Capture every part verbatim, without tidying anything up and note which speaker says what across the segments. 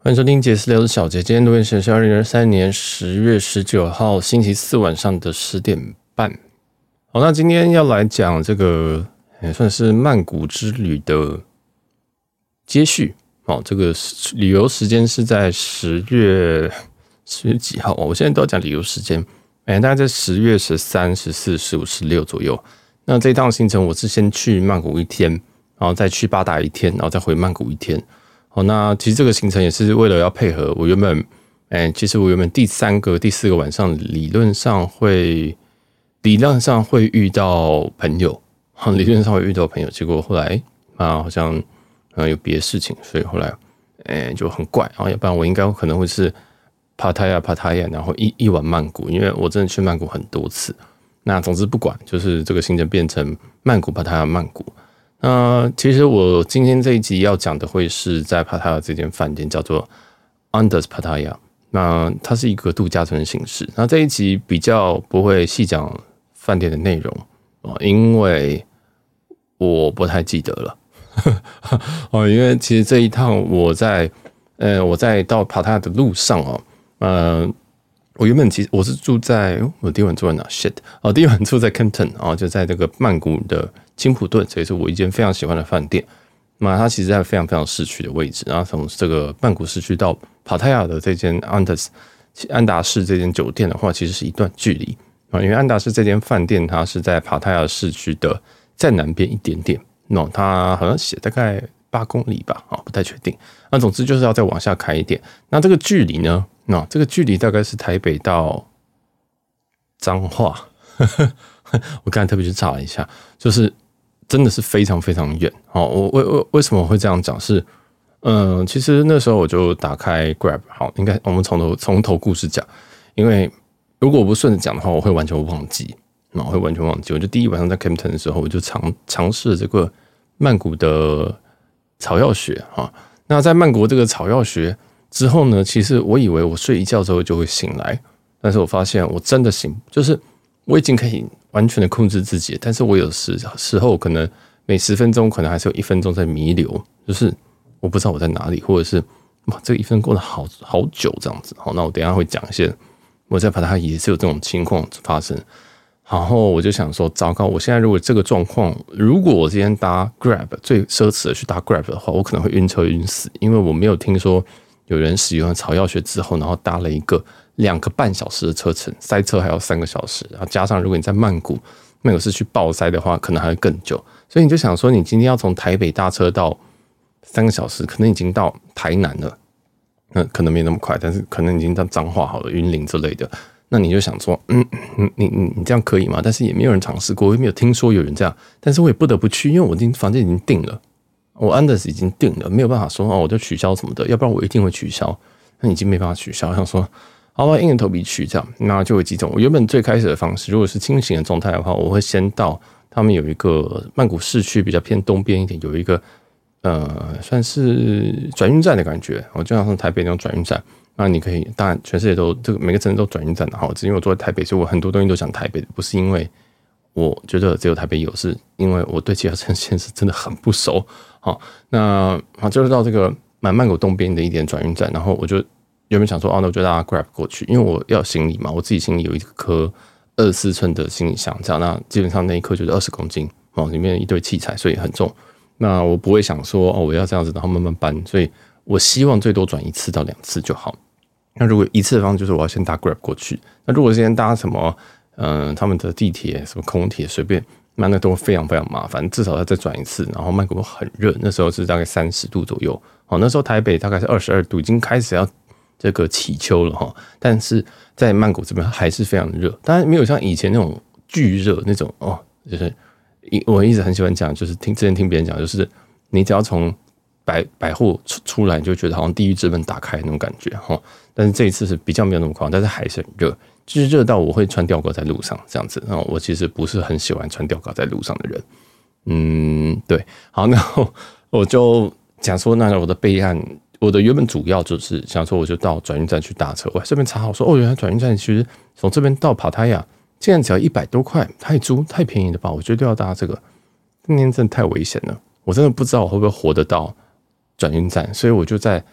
Speaker 1: 欢迎收听杰斯聊的小姐，今天录音时间是二零二三年十月十九号星期四晚上的十点半。好，那今天要来讲这个也算是曼谷之旅的接续。哦，这个旅游时间是在十月十月几号？我现在都要讲旅游时间，哎，大概在十月十三、十四、十五、十六左右。那这一趟行程我是先去曼谷一天，然后再去巴达一天，然后再回曼谷一天。好，那其实这个行程也是为了要配合我原本，哎，其实我原本第三个、第四个晚上理论上会，理论上会遇到朋友，理论上会遇到朋友，结果后来啊，好像有别的事情，所以后来，哎，就很怪，然后要不然我应该可能会是帕塔亚、帕塔亚，然后一一晚曼谷，因为我真的去曼谷很多次。那总之不管，就是这个行程变成曼谷、帕塔亚、曼谷。那其实我今天这一集要讲的会是在帕塔亚这间饭店，叫做 Andaz Pattaya。那它是一个度假村的形式。那这一集比较不会细讲饭店的内容，因为我不太记得了。哦，因为其实这一趟我在呃我在到帕塔亚的路上哦，呃，我原本其实我是住在我第一晚住在哪 ？shit 哦，第一晚住在 Campton 哦，就在这个曼谷的青普顿，这也是我一间非常喜欢的饭店。那它其实在非常非常市区的位置，然后从这个曼谷市区到帕塔亚的这间安达安达士这间酒店的话，其实是一段距离啊，因为安达士这间饭店它是在帕塔亚市区的再南边一点点，那它好像写大概八公里吧，啊，不太确定。那总之就是要再往下开一点。那这个距离呢？那这个距离大概是台北到彰化。我刚才特别去查了一下，就是真的是非常非常远。我为为什么会这样讲？是，嗯、呃，其实那时候我就打开 Grab， 好，应该我们从头从头故事讲，因为如果我不顺着讲的话，我会完全忘记，我会完全忘记。我就第一晚上在 Campton 的时候，我就尝尝试了这个曼谷的草药学哈。那在曼谷这个草药学之后呢，其实我以为我睡一觉之后就会醒来，但是我发现我真的醒，就是我已经可以完全的控制自己，但是我有时时候可能每十分钟可能还是有一分钟在弥留，就是我不知道我在哪里，或者是哇，这个一分钟过得好好久这样子。好，那我等一下会讲一些我在帕塔也是有这种情况发生。然后我就想说，糟糕！我现在如果这个状况，如果我今天搭 Grab 最奢侈的去搭 Grab 的话，我可能会晕车晕死，因为我没有听说有人使用了草药学之后，然后搭了一个两个半小时的车程，塞车还要三个小时，然后加上如果你在曼谷，曼谷市区爆塞的话，可能还会更久。所以你就想说，你今天要从台北搭车到三个小时，可能已经到台南了，那可能没那么快，但是可能已经到彰化好了、云林之类的。那你就想说，嗯，你你你这样可以吗？但是也没有人尝试过，我也没有听说有人这样，但是我也不得不去，因为我已经房间已经订了，我 Andaz 已经订了，没有办法说哦，我就取消什么的，要不然我一定会取消。那已经没办法取消，想说好吧，硬着头皮去这样，那就有几种。我原本最开始的方式，如果是清醒的状态的话，我会先到他们有一个曼谷市区比较偏东边一点，有一个呃算是转运站的感觉，我就像是台北那种转运站。那你可以，当然全世界都这个每个城市都转运站的哈。只因为我住在台北，所以我很多东西都讲台北的，不是因为我觉得只有台北有，是因为我对其他城市是真的很不熟。好，那好就是到这个满曼谷东边的一点转运站，然后我就原本想说，哦，那我就搭 Grab 过去，因为我要行李嘛，我自己行李有一颗二十四寸的行李箱，这样那基本上那一颗就是二十公斤哦，里面一堆器材，所以很重。那我不会想说哦，我要这样子，然后慢慢搬，所以我希望最多转一次到两次就好。那如果一次的方式就是我要先搭 Grab 过去，那如果先搭什么，嗯、呃，他们的地铁、什么空铁随便，那那都非常非常麻烦，至少要再转一次。然后曼谷很热，那时候是大概三十度左右，哦，那时候台北大概是二十二度，已经开始要这个起秋了哈。但是在曼谷这边还是非常热，当然没有像以前那种巨热那种哦，就是我一直很喜欢讲，就是听之前听别人讲，就是你只要从百百货出来，你就觉得好像地狱之门打开那种感觉哈。但是这一次是比较没有那么夸张，但是还是很热，就是热到我会穿吊嘎在路上这样子。然后我其实不是很喜欢穿吊嘎在路上的人，嗯，对。好，那我就讲说，那我的备案，我的原本主要就是想说，我就到转运站去搭车。我还顺便查好说，哦，原来转运站其实从这边到帕塔亚竟然只要一百多块，太租太便宜了吧？我绝对要搭这个，今天真的太危险了，我真的不知道我会不会活得到转运站，所以我就在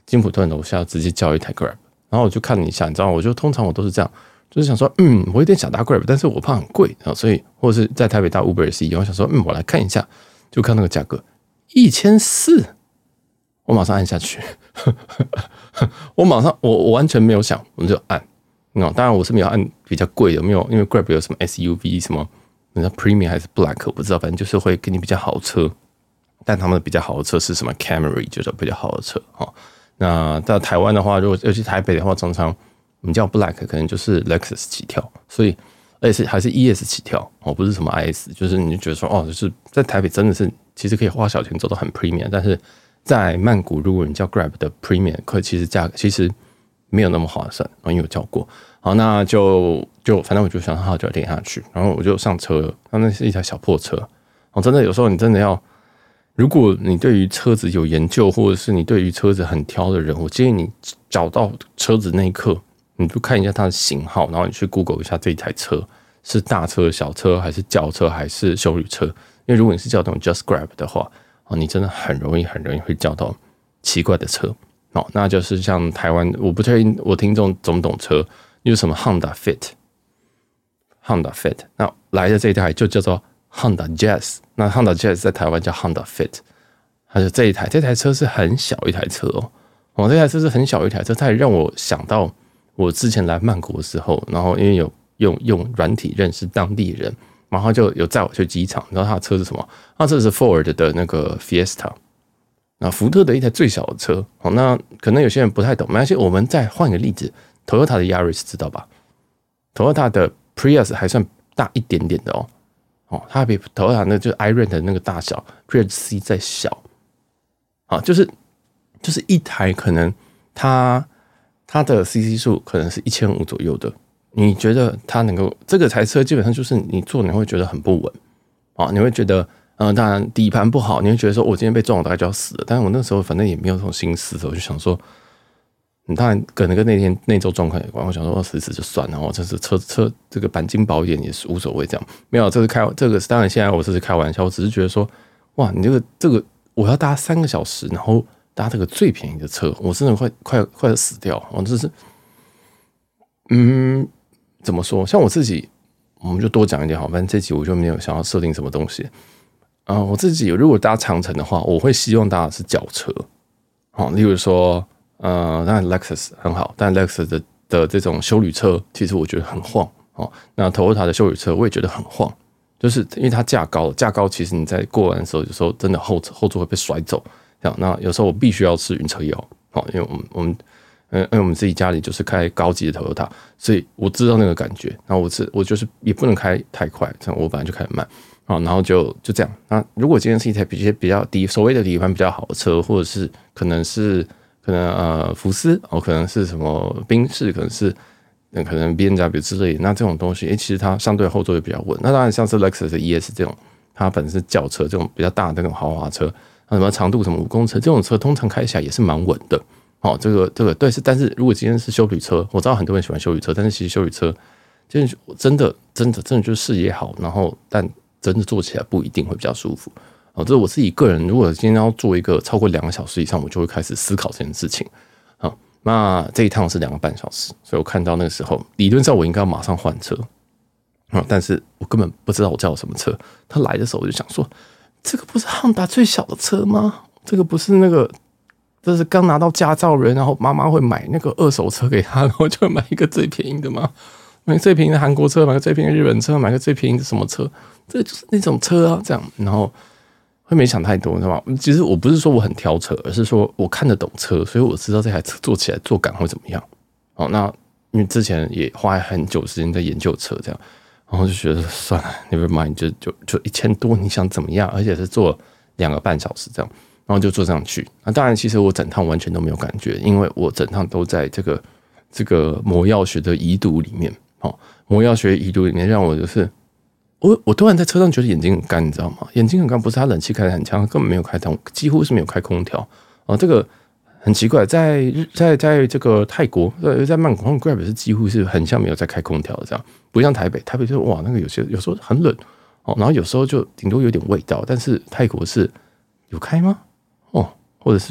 Speaker 1: 金普顿楼下直接叫一台 Grab， 然后我就看了一下，你知道，我就通常我都是这样，就是想说，嗯，我有点想搭 Grab， 但是我怕很贵啊，所以或者是在台北搭 Uber 也是一样，我想说，嗯，我来看一下，就看那个价格一千四，我马上按下去，我马上我我完全没有想，我就按。No, 当然我是没有按比较贵的，没有，因为 Grab 有什么 S U V 什么，那 Premium 还是 Black 我不知道，反正就是会给你比较好的车，但他们比较好的车是什么 Camry 就是比较好的车哈。那到台湾的话，如果尤其台北的话，常常我们叫 Black 可能就是 Lexus 起跳，所以而且是还是 E S 起跳哦，不是什么 I S， 就是你就觉得说哦，就是在台北真的是其实可以花小钱做到很 Premium， 但是在曼谷如果你叫 Grab 的 Premium， 可其实价格其实没有那么划算，因为我叫过。好，那就就反正我就想好就点下去，然后我就上车了。那是一台小破车，哦，真的有时候你真的要，如果你对于车子有研究，或者是你对于车子很挑的人，我建议你找到车子那一刻，你就看一下它的型号，然后你去 Google 一下这一台车是大车、小车，还是轿车，还是休旅车。因为如果你是叫那种 Just Grab 的话，哦，你真的很容易很容易会叫到奇怪的车。哦，那就是像台湾，我不确定我听众懂不懂车。有什么 Honda Fit，Honda Fit， 那来的这一台就叫做 Honda Jazz， 那 Honda Jazz 在台湾叫 Honda Fit， 它就这一台，这台车是很小一台车哦，哦，这台车是很小一台车，它也让我想到我之前来曼谷的时候，然后因为有用用软体认识当地人，然后就有载我去机场，你知道他的车是什么？他的车是 Ford 的那个 Fiesta， 那福特的一台最小的车，哦，那可能有些人不太懂，没关系，我们再换个例子。Toyota 的 Yaris 知道吧 ？Toyota 的 Prius 还算大一点点的哦，哦，它比 Toyota 那就是 iRent 的那个大小 Prius C 再小，啊，就是就是一台可能它它的 C C 数可能是一千五左右的，你觉得它能够这个台车基本上就是你坐你会觉得很不稳啊，你会觉得呃，当然底盘不好，你会觉得说我今天被撞了大概就要死了，但是我那时候反正也没有这种心思，我就想说。你当然可能跟那天那周状况有关，我想说死死就算了，我这是车车这个钣金薄一点也是无所谓，这样没有，这是开这个当然现在我这是开玩笑，我只是觉得说，哇，你这个这个我要搭三个小时，然后搭这个最便宜的车，我真的会快快死掉，我这是，嗯，怎么说？像我自己，我们就多讲一点好，反正这集我就没有想要设定什么东西，啊、呃，我自己如果搭长程的话，我会希望搭的是轿车，好，例如说。呃，当然 Lexus 很好，但 Lexus 的的这种休旅车，其实我觉得很晃哦。那 Toyota 的休旅车我也觉得很晃，就是因为它架高，架高其实你在过弯的时候，有时候真的后后座会被甩走。这样，那有时候我必须要吃晕车药，哦，因为我们我们嗯，因为我们自己家里就是开高级的 Toyota， 所以我知道那个感觉。然后我是我就是也不能开太快，这样我本来就开很慢啊，然后就就这样。那如果今天是一台比较比较低，所谓的底盘比较好的车，或者是可能是。可能呃福斯哦，可能是什么宾士，可能是可能 B M W 之类的，那这种东西，哎、欸，其实它相对后座也比较稳。那当然像是 Lexus 的 E S 这种，它本身是轿车，这种比较大的那种豪华车，那什么长度什么五公尺，这种车通常开起来也是蛮稳的。哦，这个这个对是，但是如果今天是休旅车，我知道很多人喜欢休旅车，但是其实休旅车就是真的真的真的就是视野好，然后但真的坐起来不一定会比较舒服。哦，这是我自己个人，如果今天要做一个超过两个小时以上，我就会开始思考这件事情。好，那这一趟是两个半小时，所以我看到那个时候，理论上我应该要马上换车，嗯，但是我根本不知道我叫什么车。他来的时候我就想说，这个不是Honda最小的车吗？这个不是那个，这是刚拿到驾照人，然后妈妈会买那个二手车给他，然后就买一个最便宜的吗？买个最便宜的韩国车，买个最便宜的日本车，买个最便宜的什么车？这就是那种车啊，这样，然后。会没想太多，是吧？其实我不是说我很挑车，而是说我看得懂车，所以我知道这台车坐起来坐感会怎么样。哦，那因为之前也花很久时间在研究车，这样，然后就觉得算了 ，never mind， 就就就一千多，你想怎么样？而且是坐两个半小时这样，然后就坐上去。那当然，其实我整趟完全都没有感觉，因为我整趟都在这个这个魔药学的遗毒里面。哦，魔药学遗毒里面让我就是。我我突然在车上觉得眼睛很干，你知道吗？眼睛很干不是他冷气开得很强，根本没有开通，几乎是没有开空调啊。这个很奇怪，在在在这个泰国，呃，在曼谷 Grab 是几乎是很像没有在开空调的这样，不像台北，台北就是哇那个有些有时候很冷哦，然后有时候就顶多有点味道，但是泰国是有开吗？哦，或者是说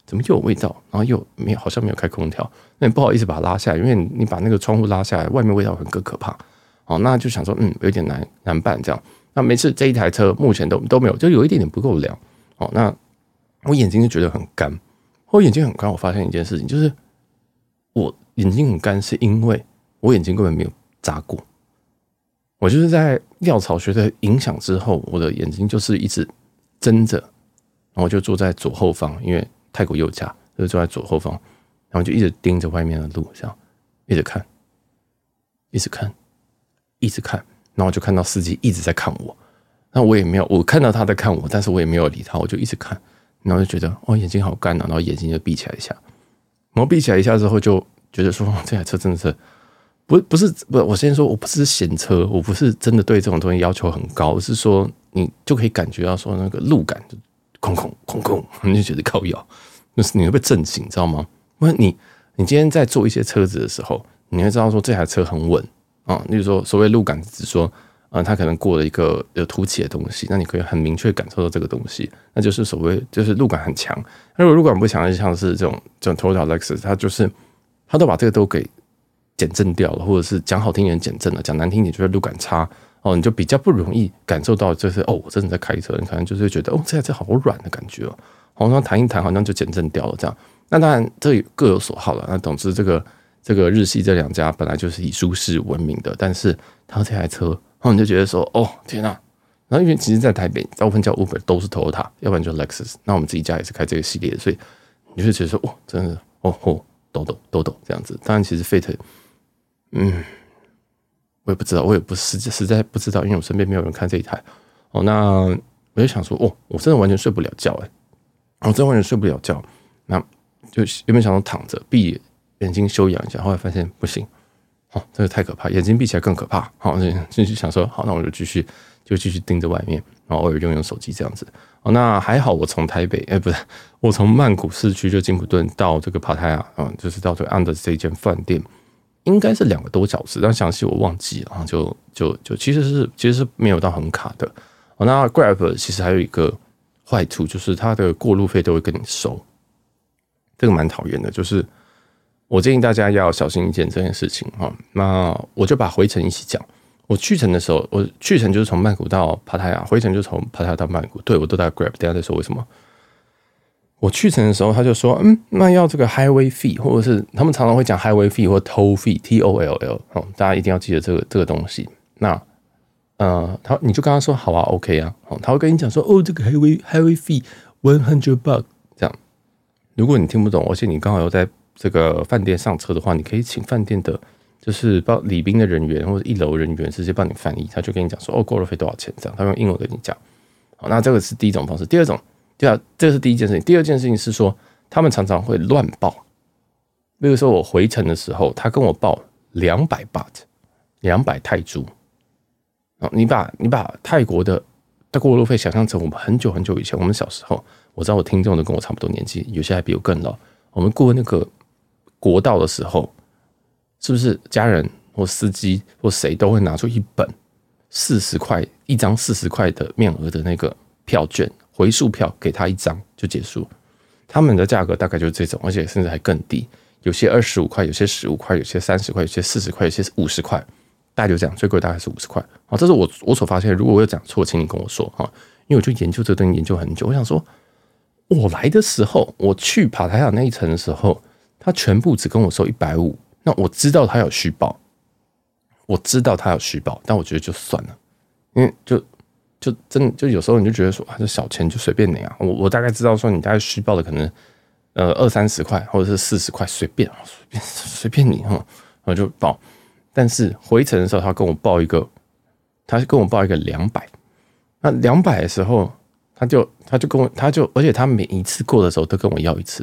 Speaker 1: 怎么又有味道？然后又没有，好像没有开空调，那你不好意思把它拉下来，因为你把那个窗户拉下来，外面味道很更可怕。哦，那就想说，嗯，有点难难办这样。那每次这一台车目前都都没有，就有一点点不够凉。哦，那我眼睛就觉得很干。我眼睛很干，我发现一件事情，就是我眼睛很干，是因为我眼睛根本没有眨过。我就是在药草学的影响之后，我的眼睛就是一直睁着，然后就坐在左后方，因为泰国右驾，就是坐在左后方，然后就一直盯着外面的路，这样一直看，一直看，一直看，然后就看到司机一直在看我，那我也没有，我看到他在看我，但是我也没有理他，我就一直看，然后就觉得哦眼睛好干啊，然后眼睛就闭起来一下，然后闭起来一下之后就觉得说这台车真的是。不不是不，我先说，我不是嫌车，我不是真的对这种东西要求很高，而是说你就可以感觉到说那个路感，就空空空空，你就觉得靠腰，就是你会被震醒，你知道吗？因为你你今天在做一些车子的时候，你会知道说这台车很稳啊。例如说，所谓路感，只是说，呃，它可能过了一个有凸起的东西，那你可以很明确感受到这个东西，那就是所谓就是路感很强。那如果路感不强，就像是这种这种 Toyota Lexus， 它就是它都把这个都给减震掉了，或者是讲好听一点减震了，讲难听一点就是路感差哦，你就比较不容易感受到就是哦，我真的在开车，你可能就是觉得哦，这台车好软的感觉哦，好像弹一弹好像就减震掉了这样。那当然这各有所好了。那总之这个这个日系这两家本来就是以舒适闻名的，但是他这台车，然后你就觉得说哦天哪、啊！然后因为其实在台北大部分叫 Uber 都是 Toyota， 要不然就 Lexus， 那我们自己家也是开这个系列的，所以你就会觉得说哦，真的哦哦，抖抖抖抖这样子。当然其实 Fit。嗯，我也不知道，我也不实实在不知道，因为我身边没有人看这一台哦。那我就想说，哦，我真的完全睡不了觉哎、欸，我真的完全睡不了觉。那就原本想说躺着闭眼睛休养一下，后来发现不行，哦，这个太可怕，眼睛闭起来更可怕。好，就就想说，好，那我就继续就继续盯着外面，然后偶尔用用手机这样子。哦，那还好，我从台北哎、欸，不是，我从曼谷市区就金普顿到这个帕泰亚，嗯，就是到这个 Under 这一间饭店。应该是两个多小时，但详细我忘记了，就就就其实是其实是没有到很卡的。哦，那 Grab 其实还有一个坏处，就是它的过路费都会跟你收，这个蛮讨厌的。就是我建议大家要小心一件这件事情哈。那我就把回程一起讲。我去程的时候，我去程就是从曼谷到帕泰亚，回程就从帕泰亚到曼谷。对，我都带 Grab， 等一下再说为什么。我去程的时候，他就说，嗯，那要这个 highway fee， 或者是他们常常会讲 highway fee 或 toll fee T O L L， 哦，大家一定要记得这个这个东西。那呃，他你就跟他说好啊 ，OK 啊，哦，他会跟你讲说，哦，这个 highway highway fee one hundred bucks 这样。如果你听不懂，而且你刚好有在这个饭店上车的话，你可以请饭店的，就是包礼宾的人员或者一楼人员直接帮你翻译，他就跟你讲说，哦，过路费多少钱这样，他用英文跟你讲。好，那这个是第一种方式。第二种。对啊，这是第一件事情。第二件事情是说，他们常常会乱报。比如说我回程的时候，他跟我报两百 baht， 两百泰铢。你把你把泰国的的过路费想象成我们很久很久以前，我们小时候，我知道我听众都跟我差不多年纪，有些还比我更老。我们过那个国道的时候，是不是家人或司机或谁都会拿出一本四十块一张四十块的面额的那个票券？回数票给他一张就结束，他们的价格大概就是这种，而且甚至还更低，有些二十五块，有些十五块，有些三十块，有些四十块，有些五十块，大概就这样，最贵大概是五十块。好，这是我我所发现的。如果我有讲错，请你跟我说哈，因为我就研究这个东西研究很久。我想说，我来的时候，我去帕泰亚那一层的时候，他全部只跟我收一百五，那我知道他有虚报，我知道他有虚报，但我觉得就算了，因为就。就真的就有时候你就觉得说啊，这小钱就随便你啊，我我大概知道说你大概虚报的可能呃二三十块或者是四十块，随便随便随便你哈，我就报。但是回程的时候，他跟我报一个，他跟我报一个两百，那两百的时候，他就他就跟我他就而且他每一次过的时候都跟我要一次，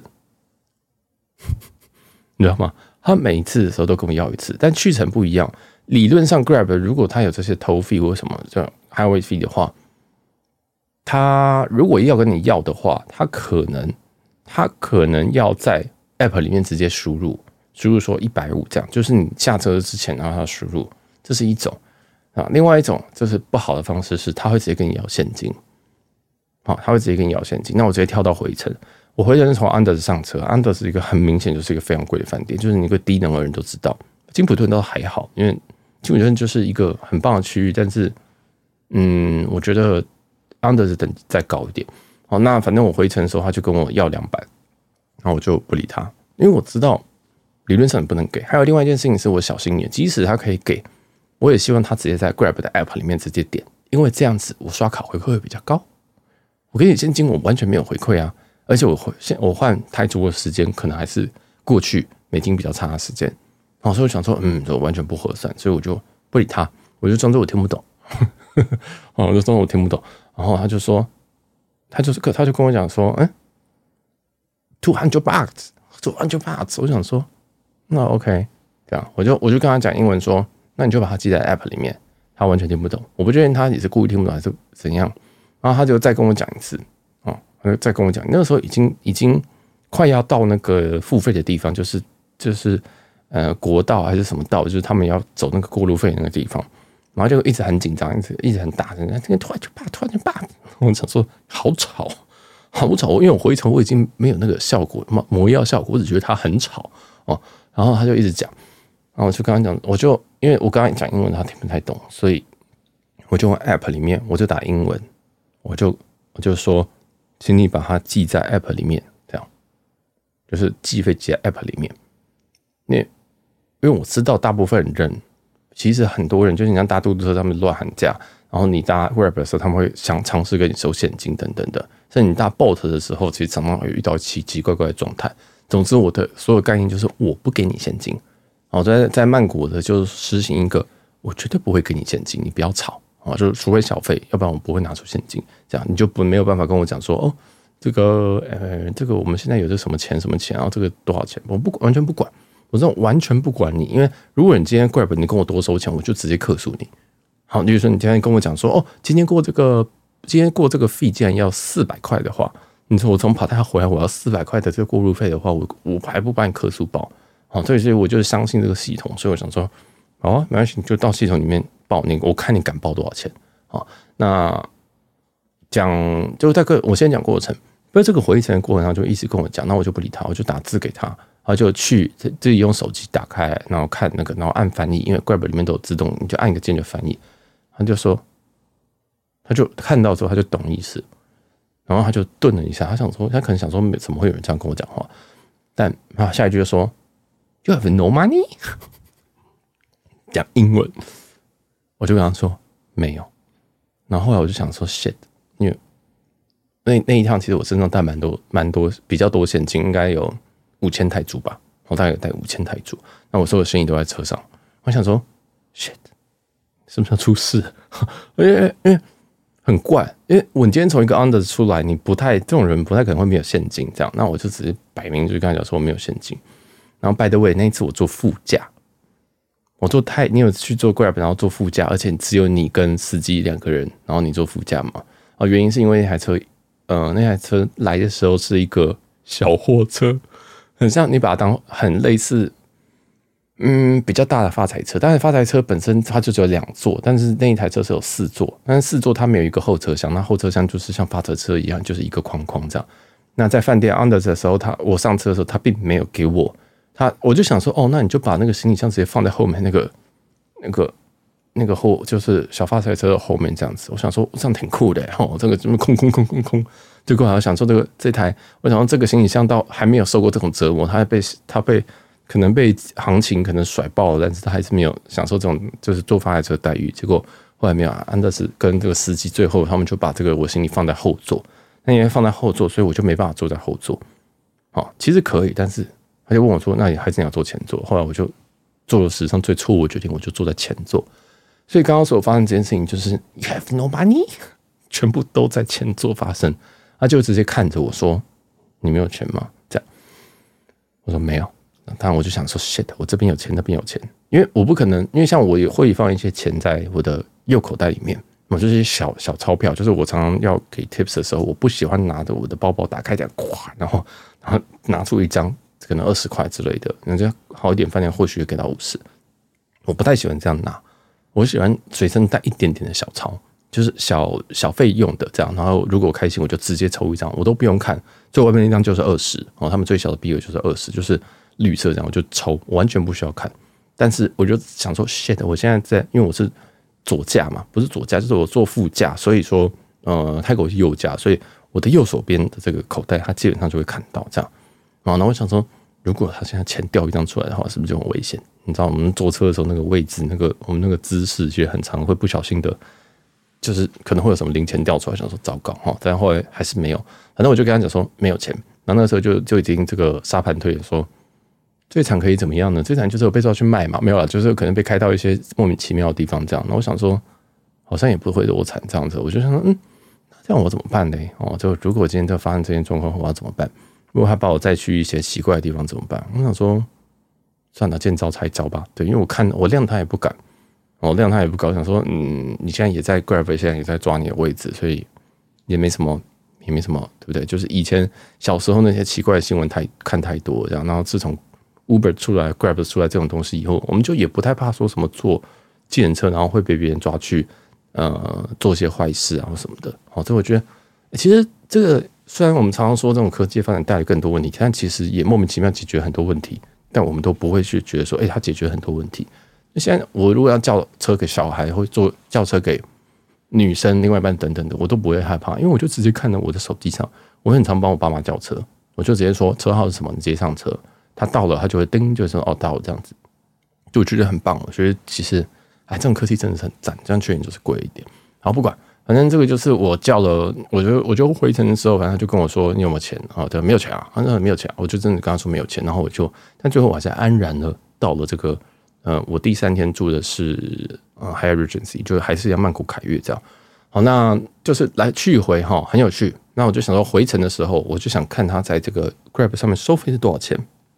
Speaker 1: 你知道吗？他每一次的时候都跟我要一次，但去程不一样。理论上 Grab 如果他有这些toll fee或什么这种 highway fee 的话，他如果要跟你要的话，他可能他可能要在 App 里面直接输入，输入说一百五这样，就是你下车之前然后他输入，这是一种啊。另外一种就是不好的方式是，他会直接跟你要现金， 好，他会直接给你要现金。那我直接跳到回程，我回程是从安德斯上车，安德是一个很明显就是一个非常贵的饭店，就是你一个低能的人都知道。金普顿都还好，因为金普顿就是一个很棒的区域，但是嗯，我觉得安德斯等级再高一点。好，那反正我回程的时候，他就跟我要两百，然后我就不理他，因为我知道理论上你不能给。还有另外一件事情是我小心眼，即使他可以给，我也希望他直接在 Grab 的 App 里面直接点，因为这样子我刷卡回馈会比较高。我给你现金，我完全没有回馈啊，而且我现我换泰铢的时间可能还是过去美金比较差的时间。所以我想说，嗯，我完全不合算，所以我就不理他，我就装作我听不懂，我就装作我听不懂。然后他就说，他就是他就跟我讲说，嗯 ，two hundred bucks，two hundred bucks，我想说，那 OK， 这样，我就我就跟他讲英文说，那你就把它记在 App 里面。他完全听不懂，我不确定他也是故意听不懂还是怎样。然后他就再跟我讲一次，哦，他就再跟我讲，那个时候已经已经快要到那个付费的地方，就是就是。呃，国道还是什么道，就是他们要走那个过路费那个地方，然后就一直很紧张，一直一直很大声，这个突然就罢，突然就罢，我想说好吵，好吵，因为我回程我已经没有那个效果，魔药效果，我只觉得他很吵哦。然后他就一直讲，然后我就跟他讲，我就因为我刚刚讲英文他听不太懂，所以我就用 App 里面我就打英文，我就我就说，请你把它记在 App 里面，这样就是计费记在 App 里面，那。因为我知道大部分人，其实很多人就是你像搭嘟嘟车，他们乱喊价，然后你搭 Grab 的时候，他们会想尝试跟你收现金等等的。甚至你搭 Bolt 的时候，其实常常会遇到奇奇怪怪的状态。总之，我的所有概念就是我不给你现金。然后在在曼谷的就实行一个，我绝对不会给你现金，你不要吵啊，就是除非小费，要不然我不会拿出现金。这样你就不没有办法跟我讲说哦，这个呃，这个我们现在有这什么钱什么钱，然后这个多少钱，我不完全不管。我这种完全不管你，因为如果你今天 Grab 你跟我多收钱，我就直接客诉你。好，例如说你今天跟我讲说，哦，今天过这个今天过这个费竟然要四百块的话，你说我从跑泰回来我要四百块的这个过路费的话，我我还不把你客诉报。好，所以所以我就是相信这个系统，所以我想说，好啊，没关系，你就到系统里面报那个，我看你敢报多少钱。好，那讲就大概我先讲过程，不是这个回程的过程，他就一直跟我讲，那我就不理他，我就打字给他。然后就去自己用手机打开，然后看那个，然后按翻译，因为 Grab 里面都有自动，你就按一个键就翻译。他就说，他就看到之后他就懂意思，然后他就顿了一下，他想说，他可能想说，怎么会有人这样跟我讲话？但啊，下一句就说 ，You have no money， 讲英文，我就跟他说没有。然后后来我就想说 shit， 因为那那一趟其实我身上带蛮多蛮多比较多现金，应该有。五千泰铢吧，我大概有带五千泰铢。那我所有生意都在车上，我想说 ，shit， 是不是要出事？因为因为很怪，因为我今天从一个 under 出来，你不太这种人不太可能会没有现金这样。那我就只是摆明就跟他讲说我没有现金。然后 by the way， 那一次我坐副驾，我坐泰，你有去坐 Grab， 然后坐副驾，而且只有你跟司机两个人，然后你坐副驾嘛？啊，原因是因为那台车，呃，那台车来的时候是一个小货车。很像你把它当很类似，嗯，比较大的发财车，但是发财车本身它就只有两座，但是那一台车是有四座，但是四座它没有一个后车厢，那后车厢就是像发财车一样，就是一个框框这样。那在饭店 under 的时候，他我上车的时候，他并没有给我，他我就想说，哦，那你就把那个行李箱直接放在后面那个那个那个后，就是小发财车的后面这样子。我想说这样挺酷的，哦，这个这么空空空空空。结果好像想说这个这台，我想说这个行李箱到还没有受过这种折磨，他被他被可能被行情可能甩爆了，但是他还是没有享受这种就是坐发财车待遇。结果后来没有，安德斯跟这个司机最后他们就把这个我行李放在后座，那因为放在后座，所以我就没办法坐在后座。好，其实可以，但是他就问我说：“那你还是你要坐前座？”后来我就做了史上最错误的决定，我就坐在前座。所以刚刚所发生这件事情就是 ，You have no money， 全部都在前座发生。他就直接看着我说：“你没有钱吗？”这样，我说没有。当然我就想说 ，shit， 我这边有钱，那边有钱，因为我不可能，因为像我也会放一些钱在我的右口袋里面，我就是小小钞票，就是我常常要给 tips 的时候，我不喜欢拿着我的包包打开这样，咵，然后然后拿出一张可能二十块之类的，人家好一点饭店或许给到五十，我不太喜欢这样拿，我喜欢随身带一点点的小钞。 就是小小费用的这样，然后如果我开心我就直接抽一张，我都不用看，最外面那张就是二十哦，他们最小的币额就是二十，就是绿色这样，我就抽，我完全不需要看。但是我就想说 ，shit， 我现在在，因为我是左驾嘛，不是左驾，就是我坐副驾，所以说，呃，泰国是右驾，所以我的右手边的这个口袋，它基本上就会看到这样。然后我想说，如果他现在钱掉一张出来的话，是不是就很危险？你知道我们坐车的时候那个位置，那个我们那个姿势，其实很常会不小心的，就是可能会有什么零钱掉出来，想说糟糕哈，但后来还是没有。反正我就跟他讲说没有钱，然后那个时候就就已经这个沙盘推了说。最惨可以怎么样呢？最惨就是有被抓去卖嘛，没有啦，就是可能被开到一些莫名其妙的地方这样。那我想说，好像也不会多惨这样子，我就想说，嗯，这样我怎么办呢？哦，就如果今天就发生这件状况，我要怎么办？如果他把我再去一些奇怪的地方怎么办？我想说，算了，见招拆招吧。对，因为我看我谅他也不敢，我谅他也不敢。我想说，嗯，你现在也在 Grab， 现在也在抓你的位置，所以也没什么。也没什么，对不对？就是以前小时候那些奇怪的新闻太看太多，这样，然后自从Uber 出来 ，Grab 出来这种东西以后，我们就也不太怕说什么坐计程车，然后会被别人抓去呃做些坏事啊或什么的。好，这我觉得、欸、其实这个虽然我们常常说这种科技发展带来更多问题，但其实也莫名其妙解决很多问题，但我们都不会去觉得说，哎、欸，它解决很多问题。那现在我如果要叫车给小孩，或坐叫车给女生、另外一半等等的，我都不会害怕，因为我就直接看到我的手机上，我很常帮我爸妈叫车，我就直接说车号是什么，你直接上车。他到了，他就会叮，就说哦到了这样子，就我觉得很棒。我觉得其实，哎，这种科技真的是很赞，这样缺点就是贵一点。好，不管，反正这个就是我叫了，我就我就回程的时候，反正他就跟我说你有没有钱啊？对，没有钱啊，反正没有钱、啊，我就真的跟他说没有钱，然后我就，但最后我还是安然的到了这个，呃，我第三天住的是呃 Hyatt Regency， 就是还是要曼谷凯悦这样。好，那就是来去回哈，很有趣。那我就想说回程的时候，我就想看他在这个 Grab 上面收费是多少钱。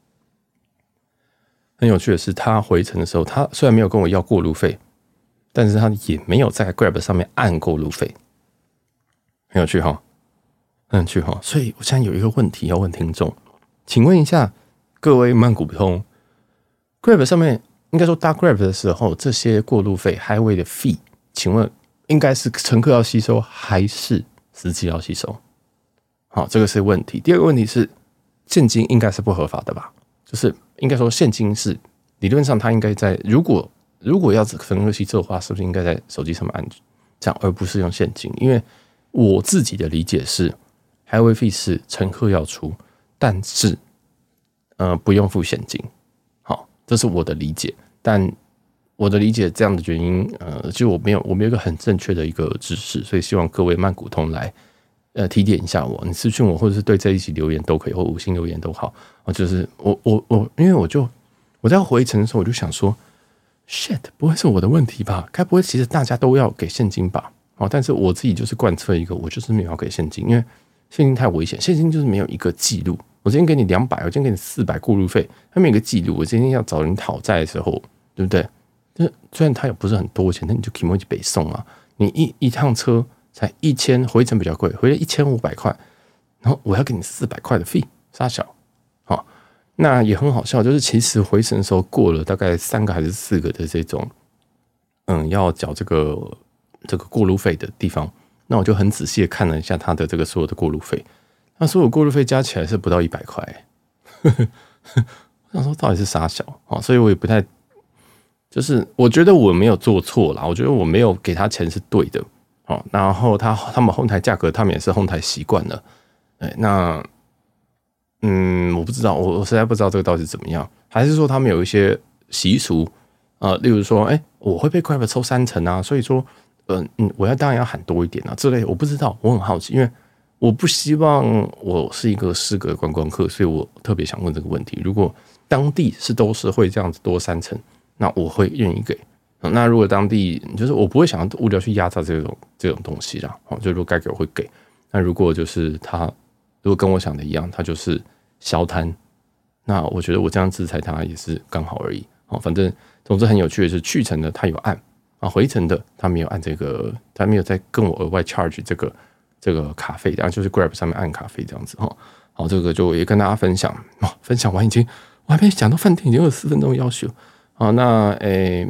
Speaker 1: 很有趣的是，他回程的时候，他虽然没有跟我要过路费，但是他也没有在 Grab 上面按过路费，很有趣哈，很有趣哈。所以我现在有一个问题要问听众，请问一下各位曼谷通 Grab 上面，应该说搭 Grab 的时候，这些过路费 Highway 的 fee， 请问应该是乘客要吸收，还是司机要吸收？好，这个是问题。第二个问题是，现金应该是不合法的吧？就是应该说，现金是理论上它应该在，如果如果要乘客吸收的话，是不是应该在手机上面按这样，而不是用现金？因为我自己的理解是 ，Highway fee 是乘客要出，但是呃不用付现金。好，这是我的理解，但我的理解这样的原因，呃，就我没有我没有一个很正确的一个知识，所以希望各位曼谷通来。呃，提点一下我，你私讯我，或者是对这一集留言都可以，或五星留言都好。就是我我我，因为我就我在回程的时候，我就想说 ，shit， 不会是我的问题吧？该不会其实大家都要给现金吧？哦，但是我自己就是贯彻一个，我就是没有要给现金，因为现金太危险，现金就是没有一个记录。我今天给你两百，我今天给你四百过路费，它没有一个记录。我今天要找人讨债的时候，对不对？就虽然他也不是很多钱，但你就可以一起北送啊，你一一趟车。才一千，回程比较贵，回了一千五百块，然后我要给你四百块的费，傻小，好，那也很好笑，就是其实回程的时候过了大概三个还是四个的这种，嗯，要缴这个这个过路费的地方，那我就很仔细的看了一下他的这个所有的过路费，那所有过路费加起来是不到一百块，我想说到底是傻小啊，所以我也不太，就是我觉得我没有做错啦，我觉得我没有给他钱是对的。哦，然后他他们后台价格，他们也是后台习惯了，哎，那嗯，我不知道，我我实在不知道这个到底怎么样，还是说他们有一些习俗，呃，例如说，哎，我会被 Grab 抽三成啊，所以说，呃、嗯，我要当然要喊多一点啊之类的，我不知道，我很好奇，因为我不希望我是一个适格观光客，所以我特别想问这个问题，如果当地是都是会这样子多三成，那我会愿意给。那如果当地就是我不会想要无聊去压榨这种这种东西啦，就如果该给我会给。那如果就是他如果跟我想的一样，他就是消摊，那我觉得我这样制裁他也是刚好而已。反正总之很有趣的是，去程的他有按啊，回程的他没有按这个，他没有再跟我额外 charge 这个这个卡费，然后就是 Grab 上面按卡费这样子哈。好，这个就也跟大家分享。分享完已经我还没讲到饭店，已经有四分钟要求。好，那诶。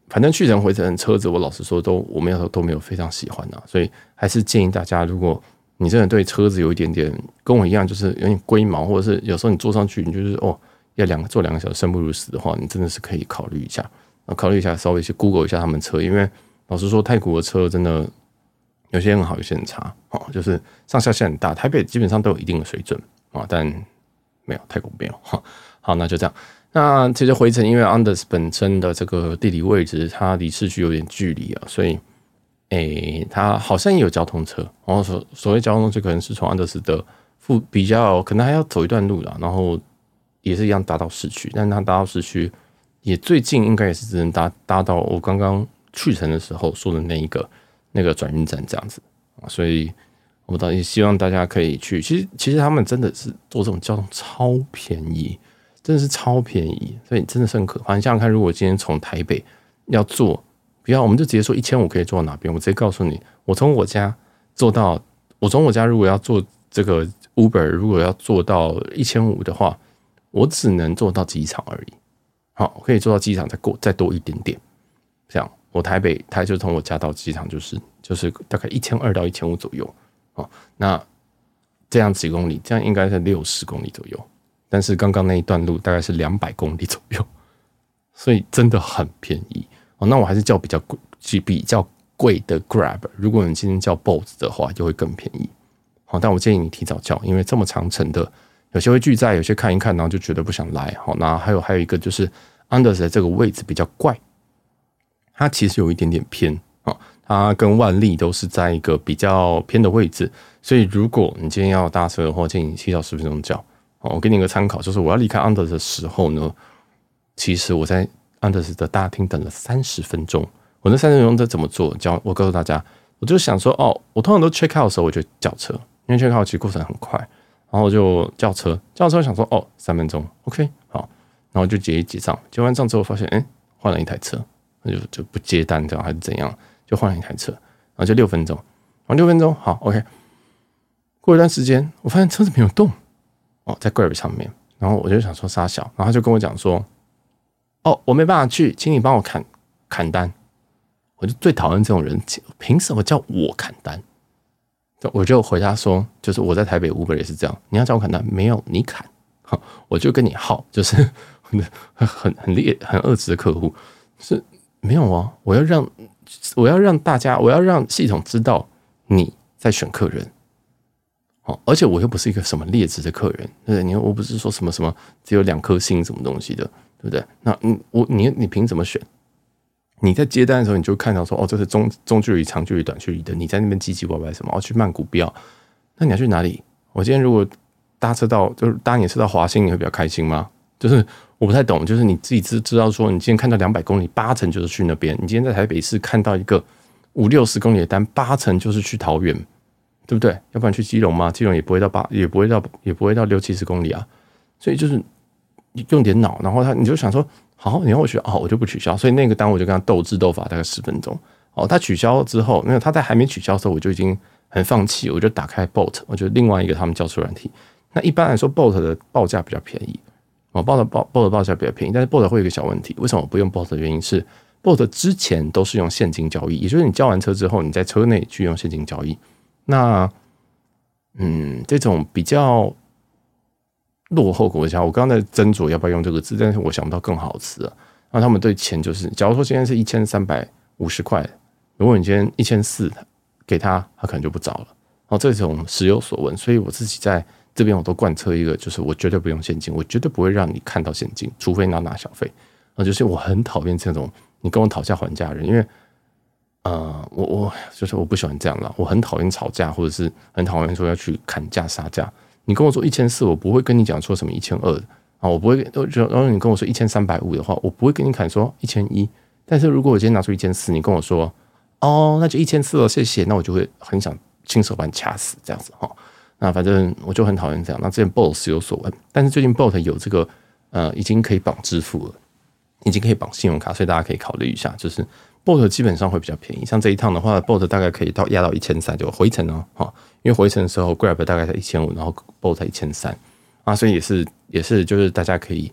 Speaker 1: 反正去程回程车子，我老实说都我没有都没有非常喜欢啊，所以还是建议大家，如果你真的对车子有一点点跟我一样，就是有点龟毛，或者是有时候你坐上去，你就是哦要两个坐两个小时生不如死的话，你真的是可以考虑一下，考虑一下稍微去 Google 一下他们车，因为老实说，泰国的车真的有些很好，有些很差，哦，就是上下限很大，台北基本上都有一定的水准啊，但没有泰国没有。好，那就这样。那其实回程，因为 Andes 本身的这个地理位置，它离市区有点距离啊，所以。诶，它好像也有交通车，然后所所谓交通车可能是从安德斯的附比较，可能还要走一段路啦，然后也是一样搭到市区，但是它搭到市区也最近应该也是只能搭搭到我刚刚去程的时候说的那一个那个转运站这样子啊，所以我们也希望大家可以去，其实其实他们真的是做这种交通超便宜，真的是超便宜，所以真的是很可怕。你想想看，如果今天从台北要坐。不要，我们就直接说一千五可以坐到哪边？我直接告诉你，我从我家坐到，我从我家如果要坐这个 Uber， 如果要坐到一千五的话，我只能坐到机场而已。好，我可以坐到机场再过再多一点点。这样，我台北台就从我家到机场就是就是大概一千二到一千五左右。哦，那这样几公里，这样应该是六十公里左右。但是刚刚那一段路大概是两百公里左右，所以真的很便宜。哦，那我还是叫比较贵、比较贵的 Grab。如果你今天叫 Bolt 的话，就会更便宜。好，但我建议你提早叫，因为这么长程的，有些会拒载，有些看一看，然后就觉得不想来。好，那还有还有一个就是 Andes 的这个位置比较怪，它其实有一点点偏啊，它跟万历都是在一个比较偏的位置，所以如果你今天要搭车的话，建议你提早十分钟叫。好，我给你一个参考，就是我要离开 Andes 的时候呢，其实我在安德斯的大厅等了三十分钟，我那三十分钟在怎么做？教我告诉大家，我就想说，哦，我通常都 check out 的时候我就叫车，因为 check out 其实过程很快，然后我就叫车，叫车想说，哦，三分钟 ，OK， 好，然后就结一结账，结完账之后发现，哎，换了一台车，那就就不接单这样还是怎样，就换了一台车，然后就六分钟，然后六分钟，好 ，OK， 过一段时间，我发现车子没有动，哦，在 Grab 上面，然后我就想说傻小，然后他就跟我讲说。哦，我没办法去，请你帮我砍砍单。我就最讨厌这种人，凭什么叫我砍单？我就回答说，就是我在台北 Uber 也是这样，你要叫我砍单，没有你砍，我就跟你耗，就是很很很烈很恶质的客户，是没有啊，我要让我要让大家，我要让系统知道你在选客人。而且我又不是一个什么劣质的客人，对不对？你我不是说什么什么只有两颗星什么东西的。对不对？那你我你你凭什么选？你在接单的时候，你就看到说，哦，这是中中距离、长距离、短距离的。你在那边唧唧歪歪什么？哦，去曼谷不要。那你要去哪里？我今天如果搭车到，就是搭你车到华兴，你会比较开心吗？就是我不太懂，就是你自己知知道说，你今天看到两百公里，八成就是去那边。你今天在台北市看到一个五六十公里的单，八成就是去桃园，对不对？要不然去基隆嘛，基隆也不会到八，也不会到，也不会到六七十公里啊。所以就是。用点脑，然后他你就想说，好，你要我取消，哦，我就不取消。所以那个单我就跟他斗智斗法大概十分钟。哦，他取消之后，那他在还没取消的时候，我就已经很放弃，我就打开 Bolt， 我觉得另外一个他们叫出软体。那一般来说 ，Bolt 的报价比较便宜，哦 ，Bolt 报 Bolt 的报价比较便宜，但是 Bolt 会有一个小问题，为什么我不用 Bolt 的原因是 ，Bolt 之前都是用现金交易，也就是你交完车之后，你在车内去用现金交易。那，嗯，这种比较。落后国家，我刚刚在斟酌要不要用这个字，但是我想不到更好词了。那他们对钱就是，假如说今天是一千三百五十块，如果你今天一千四给他，他可能就不找了。然后这种时有所闻，所以我自己在这边我都贯彻一个，就是我绝对不用现金，我绝对不会让你看到现金，除非你要拿小费。啊，就是我很讨厌这种你跟我讨价还价的人，因为呃，我我就是我不喜欢这样啦，我很讨厌吵架，或者是很讨厌说要去砍价杀价。你跟我说一千四，我不会跟你讲说什么一千二啊，我不会。然后你跟我说一千三百五的话，我不会跟你砍说一千一。但是如果我今天拿出一千四，你跟我说哦，那就一千四了，谢谢，那我就会很想亲手把你掐死这样子哈。那反正我就很讨厌这样。那之前 Bolt 是有所闻，但是最近 Bolt 有这个呃，已经可以绑支付了，已经可以绑信用卡，所以大家可以考虑一下，就是 Bolt 基本上会比较便宜。像这一趟的话 ，Bolt 大概可以到压到一千三，就回程哦哈。因为回程的时候 ，Grab 大概在一千五，然后 Bolt 在一千三啊，所以也是也是就是大家可以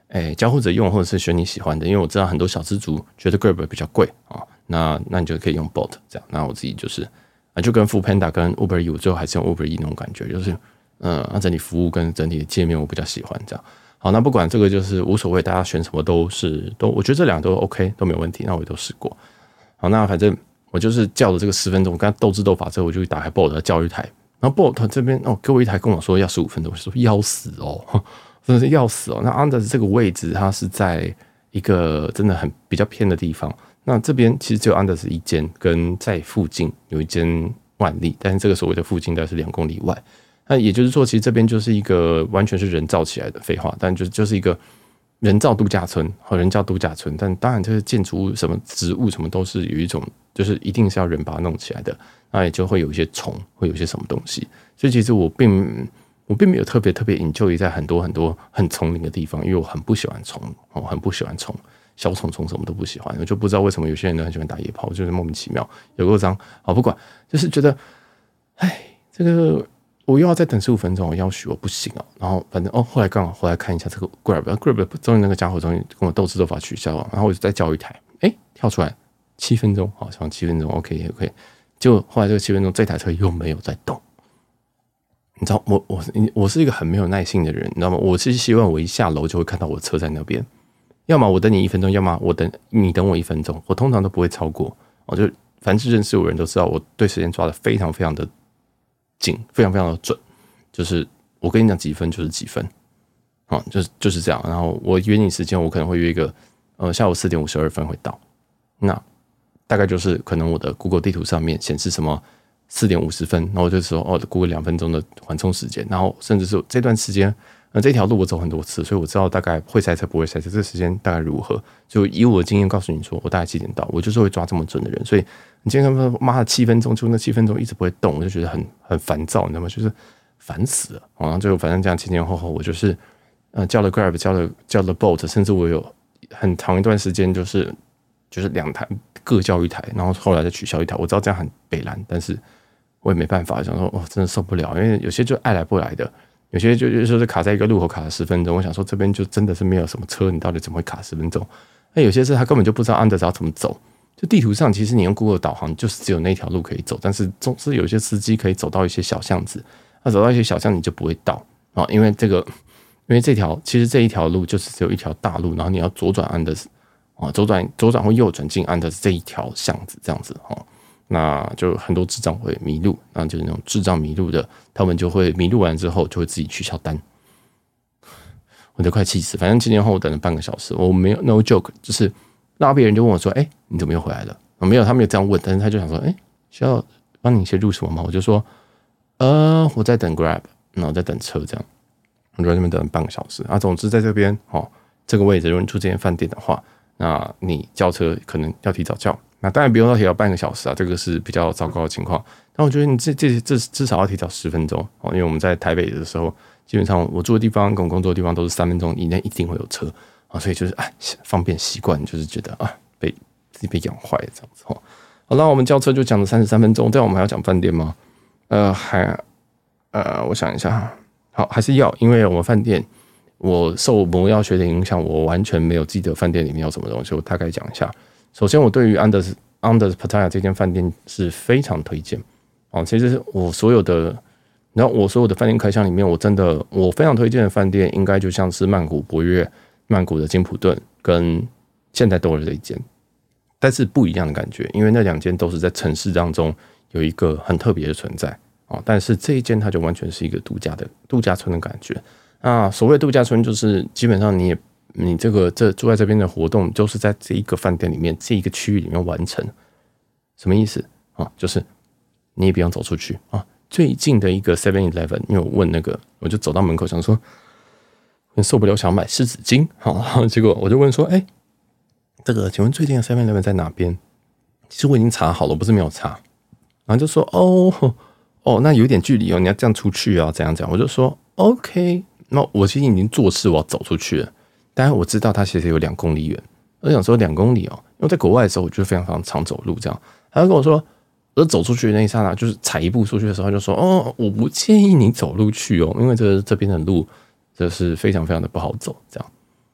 Speaker 1: 诶交互者用，或者是选你喜欢的，因为我知道很多小资族觉得 Grab 比较贵啊，那那你就可以用 Bolt 这样。那我自己就是啊，就跟 Foodpanda 跟 Uber E， 我最后还是用 Uber E 那种感觉，就是嗯，那整体服务跟整体的界面我比较喜欢这样。好，那不管这个就是无所谓，大家选什么都是都，我觉得这两个都 OK 都没有问题，那我也都试过。好，那反正我就是叫了这个十分钟，我刚斗智斗法之后，我就打开 Bolt 叫一台，然后 Bolt 这边哦给我一台跟我说要十五分钟，我说要死哦，真的是要死哦。那 Anders 这个位置它是在一个真的很比较偏的地方，那这边其实只有 Anders 一间，跟在附近有一间万利，但是这个所谓的附近大概是两公里外。那也就是说，其实这边就是一个完全是人造起来的，废话，但就是就是一个人造度假村和人造度假村。但当然，这个建筑物、什么植物、什么都是有一种，就是一定是要人把它弄起来的。那也就会有一些虫，会有一些什么东西。所以其实我并我并没有特别特别enjoy在很多很多很丛林的地方，因为我很不喜欢虫，我很不喜欢虫，小虫虫什么都不喜欢。我就不知道为什么有些人都很喜欢打野炮，就是莫名其妙，有够脏。好，不管，就是觉得，哎，这个。我又要再等十五分钟，我要许我不行啊！然后反正哦，后来刚好回来看一下这个 Grab，Grab 终于那个家伙终于跟我斗智斗法取消了，然后我就再叫一台，哎，跳出来七分钟，好像七分钟 OK OK， 结果后来这个七分钟这台车又没有在动，你知道我我我是一个很没有耐性的人，你知道吗？我是希望我一下楼就会看到我的车在那边，要么我等你一分钟，要么我等你等我一分钟，我通常都不会超过，我就凡是认识我的人都知道我对时间抓得非常非常的。紧，非常非常的准，就是我跟你讲几分就是几分，啊，就是就是这样。然后我约你时间，我可能会约一个，呃，下午四点五十二分会到，那大概就是可能我的 Google 地图上面显示什么四点五十分，然后我就说哦 ，Google 两分钟的缓冲时间，然后甚至是这段时间，呃，这条路我走很多次，所以我知道大概会塞车不会塞车，这个时间大概如何，就以我的经验告诉你说，我大概几点到，我就是会抓这么准的人，所以。你今天他妈的七分钟，就那七分钟一直不会动，我就觉得很很烦躁，你知道吗？就是烦死了。然后就反正这样前前后后，我就是呃叫了 Grab， 叫了叫了 Bolt， 甚至我有很长一段时间就是就是两台各叫一台，然后后来再取消一台。我知道这样很北蓝，但是我也没办法，想说哦真的受不了，因为有些就爱来不来的，有些就就是卡在一个路口卡了十分钟。我想说这边就真的是没有什么车，你到底怎么会卡十分钟？那有些是他根本就不知道 Anders 要怎么走。就地图上，其实你用 Google 导航就是只有那条路可以走，但是总是有一些司机可以走到一些小巷子，那走到一些小巷你就不会到啊，因为这个，因为这条其实这一条路就是只有一条大路，然后你要左转 Anders 啊，左转左转或右转进 Anders 这一条巷子这样子哦，那就很多智障会迷路，那就是那种智障迷路的，他们就会迷路完之后就会自己取消单，我就快气死，反正七年后我等了半个小时，我没有 no joke， 就是。然后别人就问我说：“哎、欸，你怎么又回来了？”我没有，他没有这样问，但是他就想说：“哎、欸，需要帮你协助什么吗？”我就说：“呃，我在等 Grab， 然后在等车，这样。”我就在那边等了半个小时。啊，总之在这边哦，这个位置，如果你住这间饭店的话，那你叫车可能要提早叫。那当然不用到提早半个小时啊，这个是比较糟糕的情况。但我觉得你这这这至少要提早十分钟哦，因为我们在台北的时候，基本上我住的地方跟我工作的地方都是三分钟以内一定会有车。啊，所以就是哎，方便习惯，就是觉得啊，被自己被养坏了这样子哦。好了，我们叫车就讲了三十三分钟，这样我们还要讲饭店吗？呃，还呃，我想一下，好，还是要，因为我们饭店，我受魔药学的影响，我完全没有记得饭店里面有什么东西，我大概讲一下。首先，我对于 Anders Anders Pattaya 这间饭店是非常推荐哦。其实我所有的，然后我所有的饭店开箱里面，我真的我非常推荐的饭店，应该就像是曼谷博悦。曼谷的金普顿跟现代多尔这一间，但是不一样的感觉，因为那两间都是在城市当中有一个很特别的存在哦。但是这一间它就完全是一个度假的度假村的感觉。那所谓度假村，就是基本上你也你这个这住在这边的活动，就是在这一个饭店里面这一个区域里面完成。什么意思啊？就是你也不用走出去啊。最近的一个 seven eleven， 因为我问那个，我就走到门口想说。受不了，想买湿纸巾，好，结果我就问说：“哎、欸，这个，请问最近的 seven eleven 在哪边？”其实我已经查好了，我不是没有查，然后就说：“哦，哦，那有点距离哦，你要这样出去啊，怎样怎样？”我就说 ：“OK。”那我其实已经做事，我要走出去了。当然我知道它其实有两公里远，我想说两公里哦，因为在国外的时候，我就非常非常常走路，这样。他就跟我说：“我走出去的那一刹那，就是踩一步出去的时候，他就说：‘哦，我不建议你走路去哦，因为这这边的路。’”这是非常非常的不好走，这样。